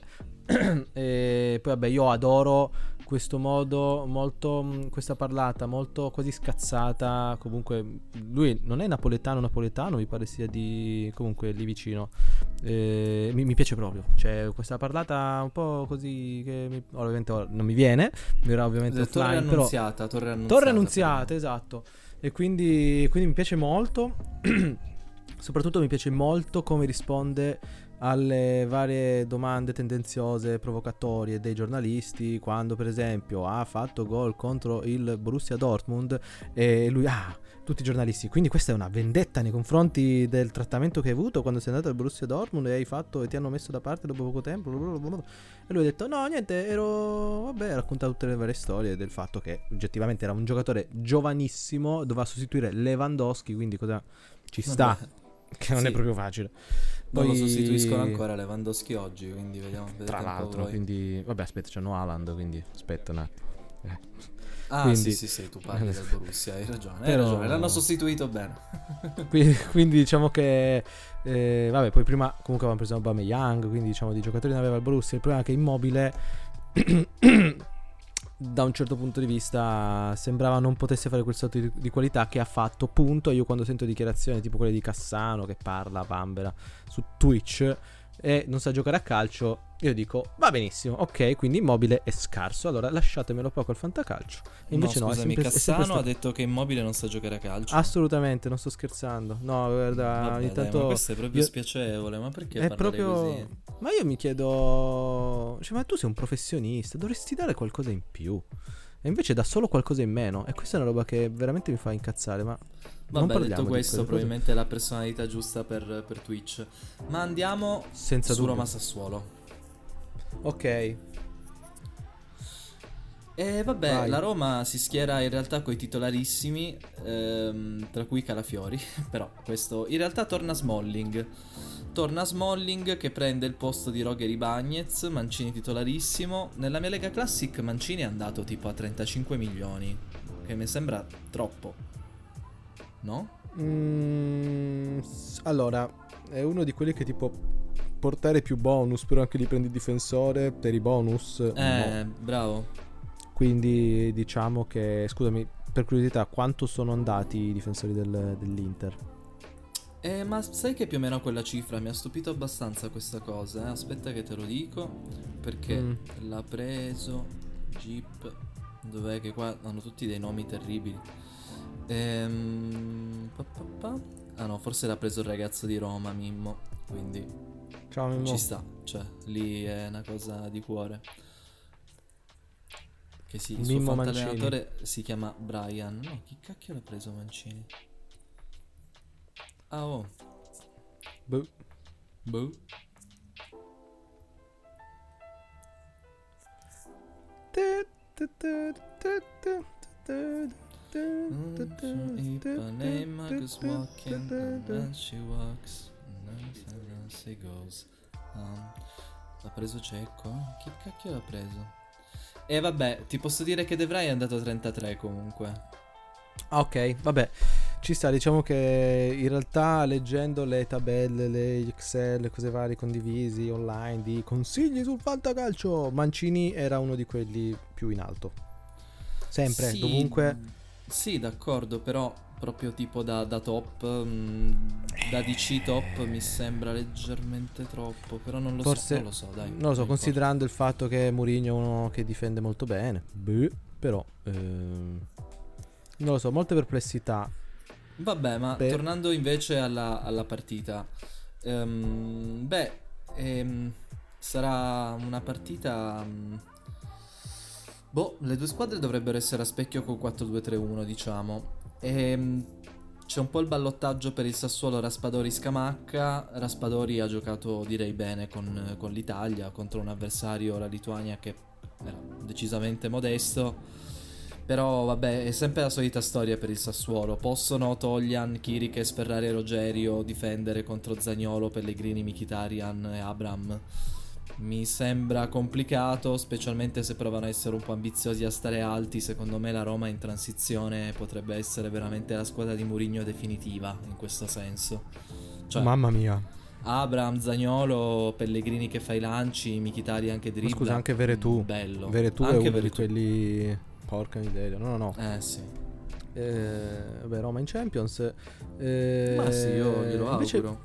Speaker 2: E poi vabbè, io adoro questo modo, molto mh, questa parlata, molto quasi scazzata. Comunque, lui non è napoletano, napoletano, mi pare sia di comunque lì vicino. Eh, mi, mi piace proprio. Cioè, questa parlata un po' così che mi- ovviamente ora non mi viene, mi verrà ovviamente
Speaker 1: Eh, Torre
Speaker 2: offline, però
Speaker 1: Annunziata, Torre
Speaker 2: Torre
Speaker 1: Annunziata per me.
Speaker 2: Annunziata, esatto. E quindi, quindi mi piace molto. Soprattutto mi piace molto come risponde alle varie domande tendenziose, provocatorie dei giornalisti, quando per esempio ha fatto gol contro il Borussia Dortmund e lui, ah, tutti i giornalisti, quindi questa è una vendetta nei confronti del trattamento che hai avuto quando sei andato al Borussia Dortmund e hai fatto e ti hanno messo da parte dopo poco tempo, blablabla. E lui ha detto no, niente, ero, vabbè, ha raccontato tutte le varie storie del fatto che oggettivamente era un giocatore giovanissimo, doveva sostituire Lewandowski, quindi cosa ci
Speaker 1: Vabbè,
Speaker 2: sta, che non è
Speaker 1: sì,
Speaker 2: proprio facile.
Speaker 1: non lo sostituiscono
Speaker 2: Poi,
Speaker 1: ancora Lewandowski oggi, quindi vediamo,
Speaker 2: tra
Speaker 1: vedete un po'
Speaker 2: l'altro,
Speaker 1: voi.
Speaker 2: quindi, vabbè, aspetta, c'hanno Haaland, quindi aspetta un attimo. Eh.
Speaker 1: Ah, sì,
Speaker 2: Quindi,
Speaker 1: sì, sì, tu parli del Borussia, hai ragione, hai ragione, l'hanno
Speaker 2: però,
Speaker 1: sostituito bene.
Speaker 2: quindi, quindi diciamo che, eh, vabbè, poi prima comunque avevamo preso Aubameyang, quindi diciamo di giocatori ne aveva il Borussia. Il problema è che Immobile da un certo punto di vista sembrava non potesse fare quel salto di, di qualità che ha fatto. Punto. Io quando sento dichiarazioni tipo quelle di Cassano che parla a Bambera su Twitch e non sa giocare a calcio, io dico va benissimo, ok, quindi Immobile è scarso, allora lasciatemelo poco al fantacalcio. E
Speaker 1: No,
Speaker 2: invece no, è
Speaker 1: scusami,
Speaker 2: sempre, è sempre
Speaker 1: Cassano ha
Speaker 2: stato...
Speaker 1: detto che Immobile non sa giocare a calcio.
Speaker 2: Assolutamente, non sto scherzando. No, guarda, ogni
Speaker 1: Vabbè, dai, ma
Speaker 2: tanto
Speaker 1: questo è proprio
Speaker 2: io...
Speaker 1: spiacevole, ma perché
Speaker 2: È
Speaker 1: parlare
Speaker 2: proprio...
Speaker 1: così?
Speaker 2: Ma io mi chiedo... Cioè, ma tu sei un professionista, dovresti dare qualcosa in più. E invece dà solo qualcosa in meno. E questa è una roba che veramente mi fa incazzare, ma... Non
Speaker 1: Vabbè, detto
Speaker 2: parliamo di
Speaker 1: questo,
Speaker 2: quelle cose.
Speaker 1: probabilmente è la personalità giusta per, per Twitch. Ma andiamo
Speaker 2: Senza
Speaker 1: su
Speaker 2: dubbio.
Speaker 1: Roma Sassuolo.
Speaker 2: Ok,
Speaker 1: E vabbè,
Speaker 2: vai.
Speaker 1: la Roma si schiera in realtà coi titolarissimi, ehm, tra cui Calafiori, però questo in realtà torna Smalling. Torna Smalling che prende il posto di Roger Ibañez, Mancini titolarissimo. Nella mia Lega Classic Mancini è andato tipo a trentacinque milioni, che mi sembra troppo, no?
Speaker 2: Mm, s- allora, è uno di quelli che ti può portare più bonus, però anche li prendi difensore per i bonus. No.
Speaker 1: Eh, bravo.
Speaker 2: Quindi diciamo che, scusami, per curiosità, quanto sono andati i difensori del- dell'Inter?
Speaker 1: Eh, ma sai che più o meno quella cifra mi ha stupito abbastanza questa cosa, eh? Aspetta che te lo dico, perché
Speaker 2: Mm.
Speaker 1: l'ha preso Jeep, dov'è che qua hanno tutti dei nomi terribili. Ehm, pa, pa, pa. Ah no, forse l'ha preso il ragazzo di Roma, Mimmo, quindi
Speaker 2: Ciao
Speaker 1: ci
Speaker 2: Mimmo.
Speaker 1: sta, cioè lì è una cosa di cuore. Che sì, il suo
Speaker 2: Mimmo Mancini.
Speaker 1: fantallenatore si chiama Brian. No, chi cacchio l'ha preso Mancini? Ah oh,
Speaker 2: Boh.
Speaker 1: boh. Ipanema goes walking and then she walks and then she goes. Um, l'ha preso Cecco? Chi cacchio l'ha preso? E vabbè, ti posso dire che De Vrij è andato a trentatré comunque.
Speaker 2: Ah, ok, vabbè, ci sta, diciamo che in realtà leggendo le tabelle, le Excel, cose varie condivisi online di consigli sul fantacalcio, Mancini era uno di quelli più in alto. Sempre,
Speaker 1: Sì,
Speaker 2: dovunque.
Speaker 1: sì, d'accordo, però proprio tipo da, da top, mh, da D C top mi sembra leggermente troppo, però non lo so,
Speaker 2: Forse,
Speaker 1: non lo so, dai.
Speaker 2: non lo so,
Speaker 1: non importa.
Speaker 2: considerando il fatto che Mourinho è uno che difende molto bene, beh, però, ehm, non lo so, molte perplessità.
Speaker 1: Vabbè, ma
Speaker 2: Per-
Speaker 1: tornando invece alla, alla partita, ehm, beh, ehm, sarà una partita... mh, boh, le due squadre dovrebbero essere a specchio con quattro due tre uno, diciamo. Ehm, c'è un po' il ballottaggio per il Sassuolo Raspadori-Scamacca. Raspadori ha giocato, direi, bene con, con l'Italia contro un avversario, la Lituania, che era decisamente modesto. Però vabbè, è sempre la solita storia per il Sassuolo. Possono Toljan, Chiriches, Ferrari e Rogerio difendere contro Zaniolo, Pellegrini, Mkhitaryan e Abram? Mi sembra complicato, specialmente se provano a essere un po' ambiziosi a stare alti. Secondo me la Roma in transizione potrebbe essere veramente la squadra di Mourinho definitiva in questo senso. Cioè,
Speaker 2: Mamma mia.
Speaker 1: Abram, Zaniolo, Pellegrini che fa i lanci, Mkhitaryan che
Speaker 2: Ma
Speaker 1: dribbla.
Speaker 2: scusa, anche
Speaker 1: mm,
Speaker 2: Veretù.
Speaker 1: Bello.
Speaker 2: Veretù è
Speaker 1: Anche
Speaker 2: uno di
Speaker 1: Veretù.
Speaker 2: quelli. Porca miseria. No, no, no.
Speaker 1: Eh sì.
Speaker 2: Eh, vabbè, Roma in Champions. Eh,
Speaker 1: Ma sì, io glielo
Speaker 2: invece,
Speaker 1: auguro.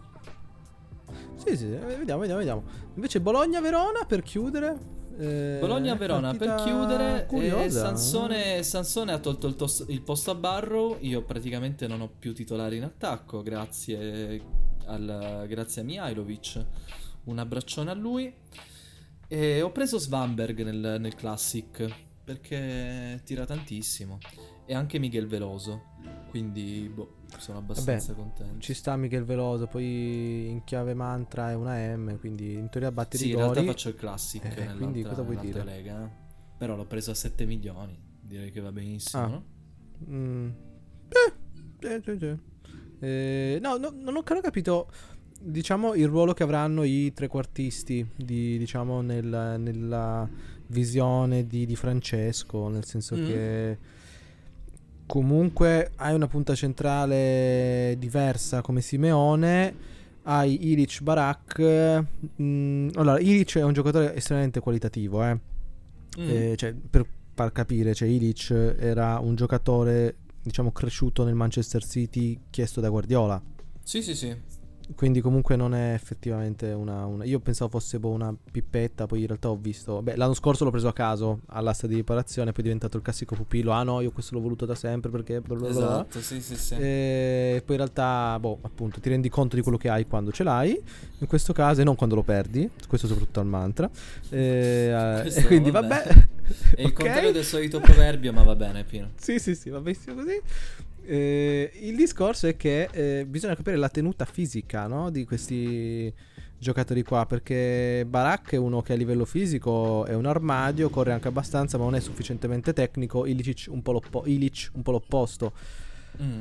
Speaker 2: sì, sì, eh, vediamo, vediamo, vediamo. Invece Bologna-Verona per chiudere. Eh,
Speaker 1: Bologna-Verona per
Speaker 2: partita
Speaker 1: chiudere. eh,
Speaker 2: curiosa.
Speaker 1: Sansone, Sansone ha tolto il, tos- il posto a Barrow. Io praticamente non ho più titolari in attacco. Grazie, al, grazie a Mihailovic. Un abbraccione a lui. E ho preso Svanberg nel, nel Classic perché tira tantissimo. E anche Miguel Veloso. Quindi, boh, sono abbastanza
Speaker 2: Vabbè,
Speaker 1: contento.
Speaker 2: ci sta Michel Veloso, poi in chiave mantra è una M, quindi in teoria batte
Speaker 1: Sì, in
Speaker 2: rigori.
Speaker 1: realtà faccio il Classic
Speaker 2: Eh,
Speaker 1: nell'altra,
Speaker 2: quindi cosa vuoi
Speaker 1: nell'altra
Speaker 2: dire?
Speaker 1: lega. eh. Però l'ho preso a sette milioni. Direi che va benissimo,
Speaker 2: Ah.
Speaker 1: no?
Speaker 2: Mm. Eh, sì, sì, sì. Eh, no, no, non ho ancora capito, diciamo, il ruolo che avranno i trequartisti di, diciamo, nel- nella visione di, di Francesco, nel senso
Speaker 1: Mm.
Speaker 2: che comunque hai una punta centrale diversa come Simeone, hai Ilic, Barak. mm, allora, Ilic è un giocatore estremamente qualitativo, eh.
Speaker 1: Mm.
Speaker 2: Eh, cioè, per far capire, cioè, Ilic era un giocatore, diciamo, cresciuto nel Manchester City, chiesto da Guardiola.
Speaker 1: Sì, sì, sì.
Speaker 2: Quindi comunque non è effettivamente una, una- io pensavo fosse boh, una pippetta, poi in realtà ho visto, beh, l'anno scorso l'ho preso a caso all'asta di riparazione, poi è diventato il classico pupillo. Ah no, io questo l'ho voluto da sempre perché bla bla bla bla.
Speaker 1: Esatto, sì, sì, sì.
Speaker 2: E poi in realtà, boh, appunto, ti rendi conto di quello che hai quando ce l'hai, in questo caso, e non quando lo perdi, questo soprattutto al mantra. E, eh,
Speaker 1: Questo,
Speaker 2: e quindi
Speaker 1: vabbè.
Speaker 2: vabbè.
Speaker 1: È il
Speaker 2: Ok?
Speaker 1: contrario del solito proverbio, ma va bene, Pino.
Speaker 2: Sì, sì, sì, va benissimo così. Eh, il discorso è che eh, bisogna capire la tenuta fisica, no, di questi giocatori qua, perché Barak è uno che a livello fisico è un armadio, corre anche abbastanza, ma non è sufficientemente tecnico. Ilicic un po' l'oppo- Ilic un po' l'opposto.
Speaker 1: Mm.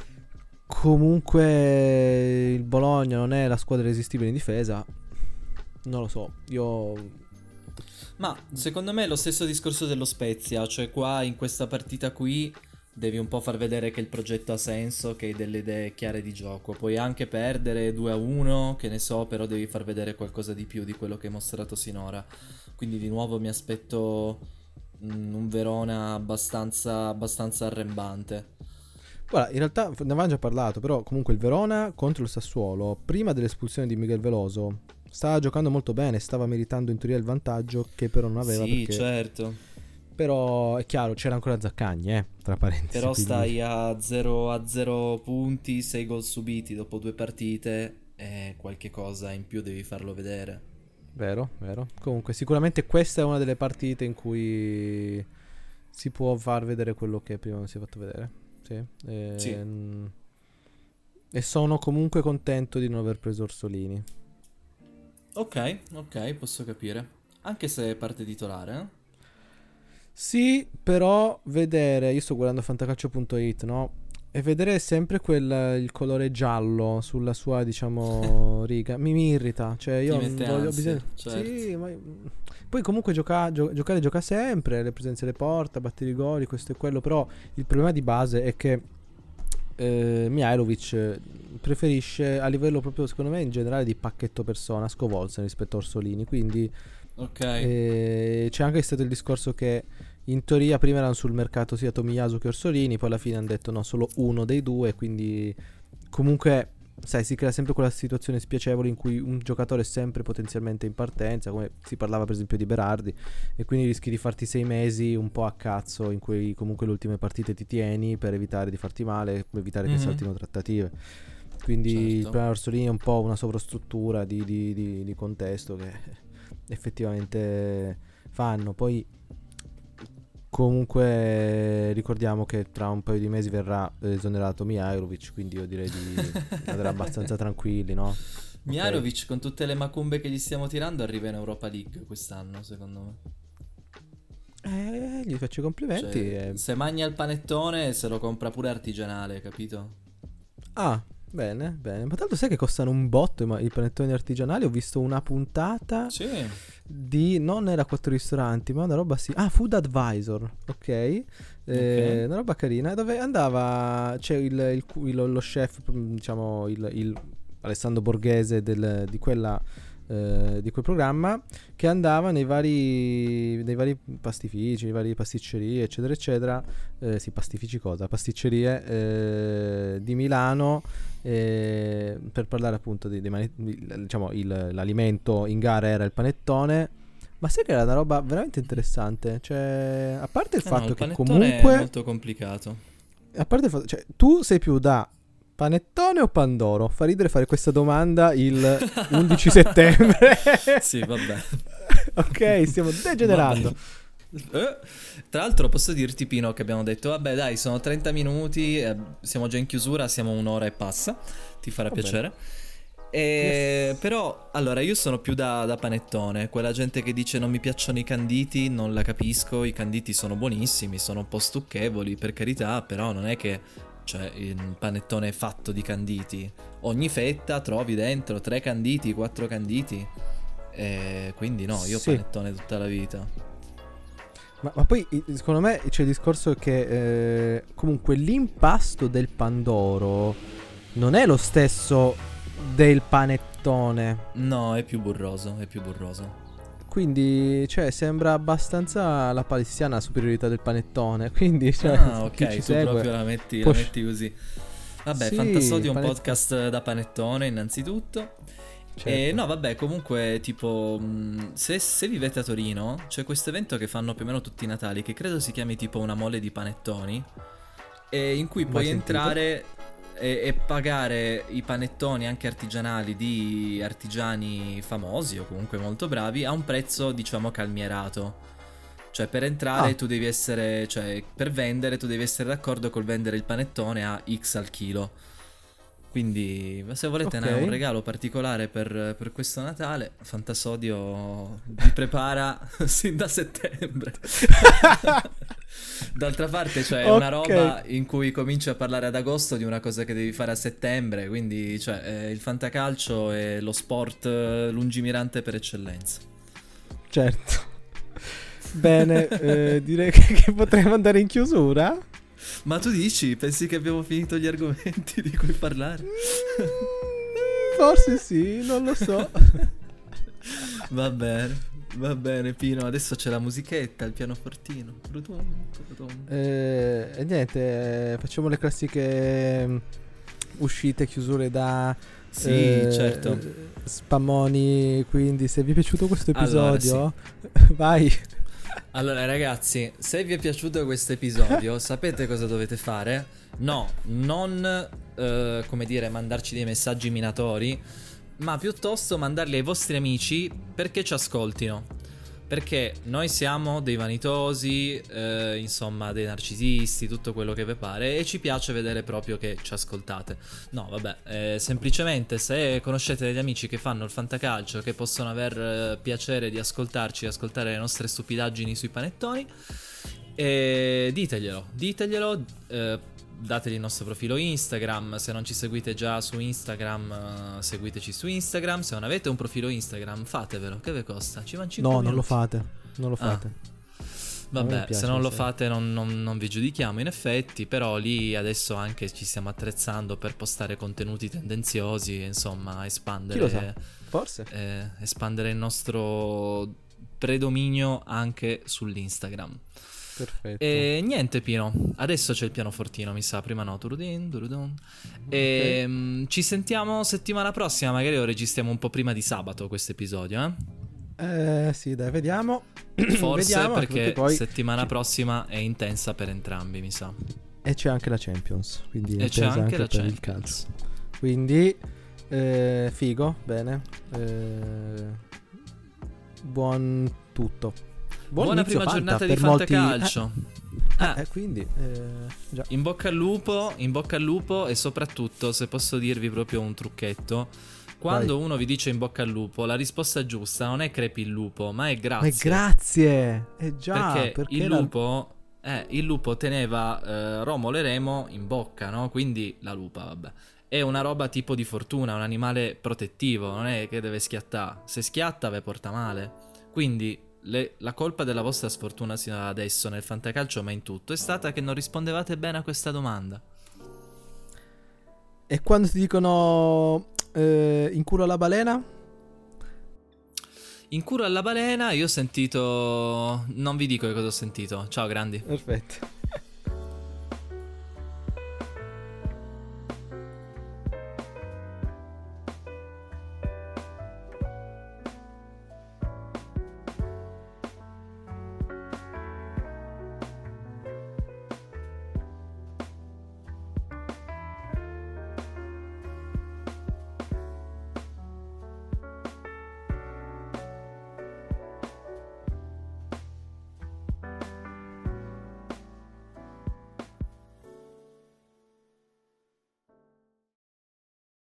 Speaker 2: Comunque il Bologna non è la squadra irresistibile in difesa. Non lo so, io
Speaker 1: Ma secondo me è lo stesso discorso dello Spezia, cioè qua in questa partita qui devi un po' far vedere che il progetto ha senso, che hai delle idee chiare di gioco. Puoi anche perdere due a uno, che ne so, però devi far vedere qualcosa di più di quello che hai mostrato sinora. Quindi di nuovo mi aspetto mm, un Verona abbastanza, abbastanza arrembante.
Speaker 2: guarda, in realtà ne avevamo già parlato, però comunque il Verona contro il Sassuolo, prima dell'espulsione di Miguel Veloso, stava giocando molto bene, stava meritando in teoria il vantaggio che però non aveva,
Speaker 1: Sì,
Speaker 2: perché
Speaker 1: certo.
Speaker 2: però è chiaro, c'era ancora Zaccagni, eh, tra parentesi.
Speaker 1: Però
Speaker 2: quindi-
Speaker 1: stai a zero a zero punti, sei gol subiti dopo due partite e qualche cosa in più devi farlo vedere.
Speaker 2: Vero, vero. Comunque sicuramente questa è una delle partite in cui si può far vedere quello che prima non si è fatto vedere. Sì. E,
Speaker 1: Sì.
Speaker 2: e sono comunque contento di non aver preso Orsolini.
Speaker 1: Ok, ok, posso capire. Anche se parte titolare, eh?
Speaker 2: Sì, però vedere, io sto guardando fantacalcio punto it, no? E vedere sempre quel, il colore giallo sulla sua, diciamo, riga mi, mi irrita. Cioè,
Speaker 1: Ti
Speaker 2: io
Speaker 1: mette
Speaker 2: voglio
Speaker 1: ansia,
Speaker 2: bisogno.
Speaker 1: certo.
Speaker 2: Sì, ma poi comunque gioca, gio- giocare gioca sempre, le presenze le porta, batte i gol, questo e quello. Però il problema di base è che eh, Mihajlovic eh, preferisce a livello proprio, secondo me, in generale di pacchetto persona Scovolsen rispetto a Orsolini. Quindi
Speaker 1: Ok.
Speaker 2: eh, c'è anche stato il discorso che in teoria prima erano sul mercato sia Tomiyasu che Orsolini, poi alla fine hanno detto no, solo uno dei due, quindi comunque sai, si crea sempre quella situazione spiacevole in cui un giocatore è sempre potenzialmente in partenza, come si parlava per esempio di Berardi, e quindi rischi di farti sei mesi un po' a cazzo in cui comunque le ultime partite ti tieni per evitare di farti male, per evitare che
Speaker 1: Mhm.
Speaker 2: saltino trattative. Quindi il
Speaker 1: Certo.
Speaker 2: problema di Orsolini è un po' una sovrastruttura di, di, di, di contesto che effettivamente fanno. Poi comunque ricordiamo che tra un paio di mesi verrà esonerato Mihajlovic, quindi io direi di andare abbastanza tranquilli, no? Ok.
Speaker 1: Mihajlovic, con tutte le macumbe che gli stiamo tirando, arriva in Europa League quest'anno, secondo me.
Speaker 2: Eh, gli faccio i complimenti.
Speaker 1: Cioè,
Speaker 2: e-
Speaker 1: se magna il panettone, se lo compra pure artigianale, capito?
Speaker 2: Ah, bene, bene. Ma tanto sai che costano un botto i ma- i panettoni artigianali? Ho visto una puntata
Speaker 1: Sì.
Speaker 2: di... non era quattro ristoranti, ma una roba sì. Ah, Food Advisor, ok. Eh,
Speaker 1: Ok.
Speaker 2: Una roba carina dove andava... C'è il, il cu- il- lo chef, diciamo, il, il Alessandro Borghese del- di quella... eh, di quel programma, che andava nei vari nei vari pastifici, nei vari pasticcerie, eccetera eccetera. Eh, sì, pastifici cosa? Pasticcerie eh, di Milano, eh, per parlare appunto di, dei mani- di- diciamo il- l'alimento in gara era il panettone. Ma sai che era una roba veramente interessante? Cioè, a parte il
Speaker 1: Eh no,
Speaker 2: fatto
Speaker 1: il
Speaker 2: che
Speaker 1: panettone è
Speaker 2: comunque,
Speaker 1: molto complicato.
Speaker 2: a parte il fatto, cioè, tu sei più da panettone o pandoro? Fa ridere fare questa domanda il undici settembre.
Speaker 1: Sì, vabbè.
Speaker 2: Ok, stiamo degenerando.
Speaker 1: Vabbè. Eh, Tra l'altro posso dirti, Pino, che abbiamo detto vabbè dai, sono trenta minuti, eh, siamo già in chiusura, siamo un'ora e passa, ti farà
Speaker 2: Va bene.
Speaker 1: piacere. E, però allora io sono più da, da panettone. Quella gente che dice non mi piacciono i canditi non la capisco. I canditi sono buonissimi, sono un po' stucchevoli, per carità, però non è che, cioè, il panettone è fatto di canditi. Ogni fetta trovi dentro tre canditi, quattro canditi, e quindi no, io
Speaker 2: Sì.
Speaker 1: panettone tutta la vita.
Speaker 2: Ma, ma poi i- secondo me c'è il discorso che eh, comunque l'impasto del pandoro non è lo stesso del panettone.
Speaker 1: No, è più burroso, è più burroso.
Speaker 2: Quindi, cioè, sembra abbastanza la palestiana superiorità del panettone. Quindi, cioè,
Speaker 1: Ah,
Speaker 2: chi
Speaker 1: ok,
Speaker 2: ci
Speaker 1: tu
Speaker 2: segue
Speaker 1: proprio la metti, la
Speaker 2: può-
Speaker 1: metti così. Vabbè,
Speaker 2: Sì,
Speaker 1: Fantasodio è un
Speaker 2: panet-
Speaker 1: podcast da panettone innanzitutto.
Speaker 2: certo.
Speaker 1: E no, vabbè, comunque, tipo, mh, se, se vivete a Torino, c'è questo evento che fanno più o meno tutti i Natali, che credo si chiami tipo una mole di panettoni, e in cui
Speaker 2: Mai
Speaker 1: puoi
Speaker 2: sentito.
Speaker 1: entrare e, e pagare i panettoni anche artigianali di artigiani famosi o comunque molto bravi a un prezzo, diciamo, calmierato. Cioè, per entrare
Speaker 2: Ah.
Speaker 1: tu devi essere, cioè, per vendere tu devi essere d'accordo col vendere il panettone a X al chilo. Quindi, se volete
Speaker 2: Ok.
Speaker 1: ne è un regalo particolare per, per questo Natale, Fantasodio vi prepara sin da settembre. D'altra parte, cioè, è una
Speaker 2: Ok.
Speaker 1: roba in cui cominci a parlare ad agosto di una cosa che devi fare a settembre. Quindi, cioè, eh, il fantacalcio è lo sport eh, lungimirante per eccellenza.
Speaker 2: Certo. Bene, eh, direi che, che potremmo andare in chiusura.
Speaker 1: Ma tu dici, pensi che abbiamo finito gli argomenti di cui parlare?
Speaker 2: Mm, Forse sì, non lo so.
Speaker 1: Va bene, va bene, Pino. Adesso c'è la musichetta, il pianofortino. Turutum, turutum.
Speaker 2: Eh, e niente, eh, facciamo le classiche mm, uscite, chiusure da
Speaker 1: Sì,
Speaker 2: eh,
Speaker 1: certo.
Speaker 2: spammoni. Quindi, se vi è piaciuto questo
Speaker 1: Allora,
Speaker 2: episodio, vai.
Speaker 1: Allora, ragazzi, se vi è piaciuto questo episodio, sapete cosa dovete fare? No, non, eh, come dire, mandarci dei messaggi minatori, ma piuttosto mandarli ai vostri amici perché ci ascoltino. Perché noi siamo dei vanitosi, eh, insomma, dei narcisisti, tutto quello che vi pare, e ci piace vedere proprio che ci ascoltate. No, vabbè, eh, semplicemente se conoscete degli amici che fanno il fantacalcio, che possono aver eh, piacere di ascoltarci e ascoltare le nostre stupidaggini sui panettoni, eh, diteglielo, diteglielo, eh, dategli il nostro profilo Instagram. Se non ci seguite già su Instagram, uh, seguiteci su Instagram. Se non avete un profilo Instagram, fatevelo, che vi costa? Ci van cinque
Speaker 2: No,
Speaker 1: minuti.
Speaker 2: non lo fate, non lo fate.
Speaker 1: Ah.
Speaker 2: A me
Speaker 1: Vabbè,
Speaker 2: piace
Speaker 1: se non lo
Speaker 2: se-
Speaker 1: fate non, non- non vi giudichiamo in effetti, però lì adesso anche ci stiamo attrezzando per postare contenuti tendenziosi, insomma, espandere,
Speaker 2: Chi lo sa? Forse.
Speaker 1: eh, espandere il nostro predominio anche sull'Instagram.
Speaker 2: Perfetto.
Speaker 1: E niente Pino, adesso c'è il pianofortino, mi sa, prima no, turudin, turudun. E mm, ci sentiamo settimana prossima, magari lo registriamo un po' prima di sabato questo episodio, eh?
Speaker 2: Eh sì, dai, vediamo.
Speaker 1: Forse
Speaker 2: Vediamo, anche
Speaker 1: perché
Speaker 2: poi
Speaker 1: settimana
Speaker 2: ci-
Speaker 1: prossima è intensa per entrambi, mi sa.
Speaker 2: E c'è anche la Champions, quindi
Speaker 1: E c'è
Speaker 2: intesa
Speaker 1: anche la
Speaker 2: per il
Speaker 1: Champions.
Speaker 2: calcio. Quindi eh, figo, bene. Eh, buon tutto. Buon
Speaker 1: Buona
Speaker 2: inizio
Speaker 1: prima
Speaker 2: Fanta
Speaker 1: giornata di
Speaker 2: per molti-
Speaker 1: fantacalcio.
Speaker 2: Eh,
Speaker 1: Ah,
Speaker 2: eh, quindi eh, già.
Speaker 1: in bocca al lupo, in bocca al lupo e soprattutto, se posso dirvi proprio un trucchetto, quando
Speaker 2: Vai.
Speaker 1: uno vi dice in bocca al lupo, la risposta giusta non è crepi il lupo, ma è
Speaker 2: Ma
Speaker 1: grazie.
Speaker 2: è grazie. Eh già,
Speaker 1: Perché,
Speaker 2: perché
Speaker 1: il
Speaker 2: la-
Speaker 1: lupo, eh, il lupo teneva eh, Romolo e Remo in bocca, no? Quindi la lupa, vabbè. È una roba tipo di fortuna, un animale protettivo, non è che deve schiattare. Se schiatta, ve porta male. Quindi le- la colpa della vostra sfortuna sino ad adesso nel fantacalcio, ma in tutto, è stata che non rispondevate bene a questa domanda.
Speaker 2: E quando ti dicono eh, in culo alla balena?
Speaker 1: In cura alla balena io ho sentito... Non vi dico che cosa ho sentito. Ciao grandi.
Speaker 2: Perfetto.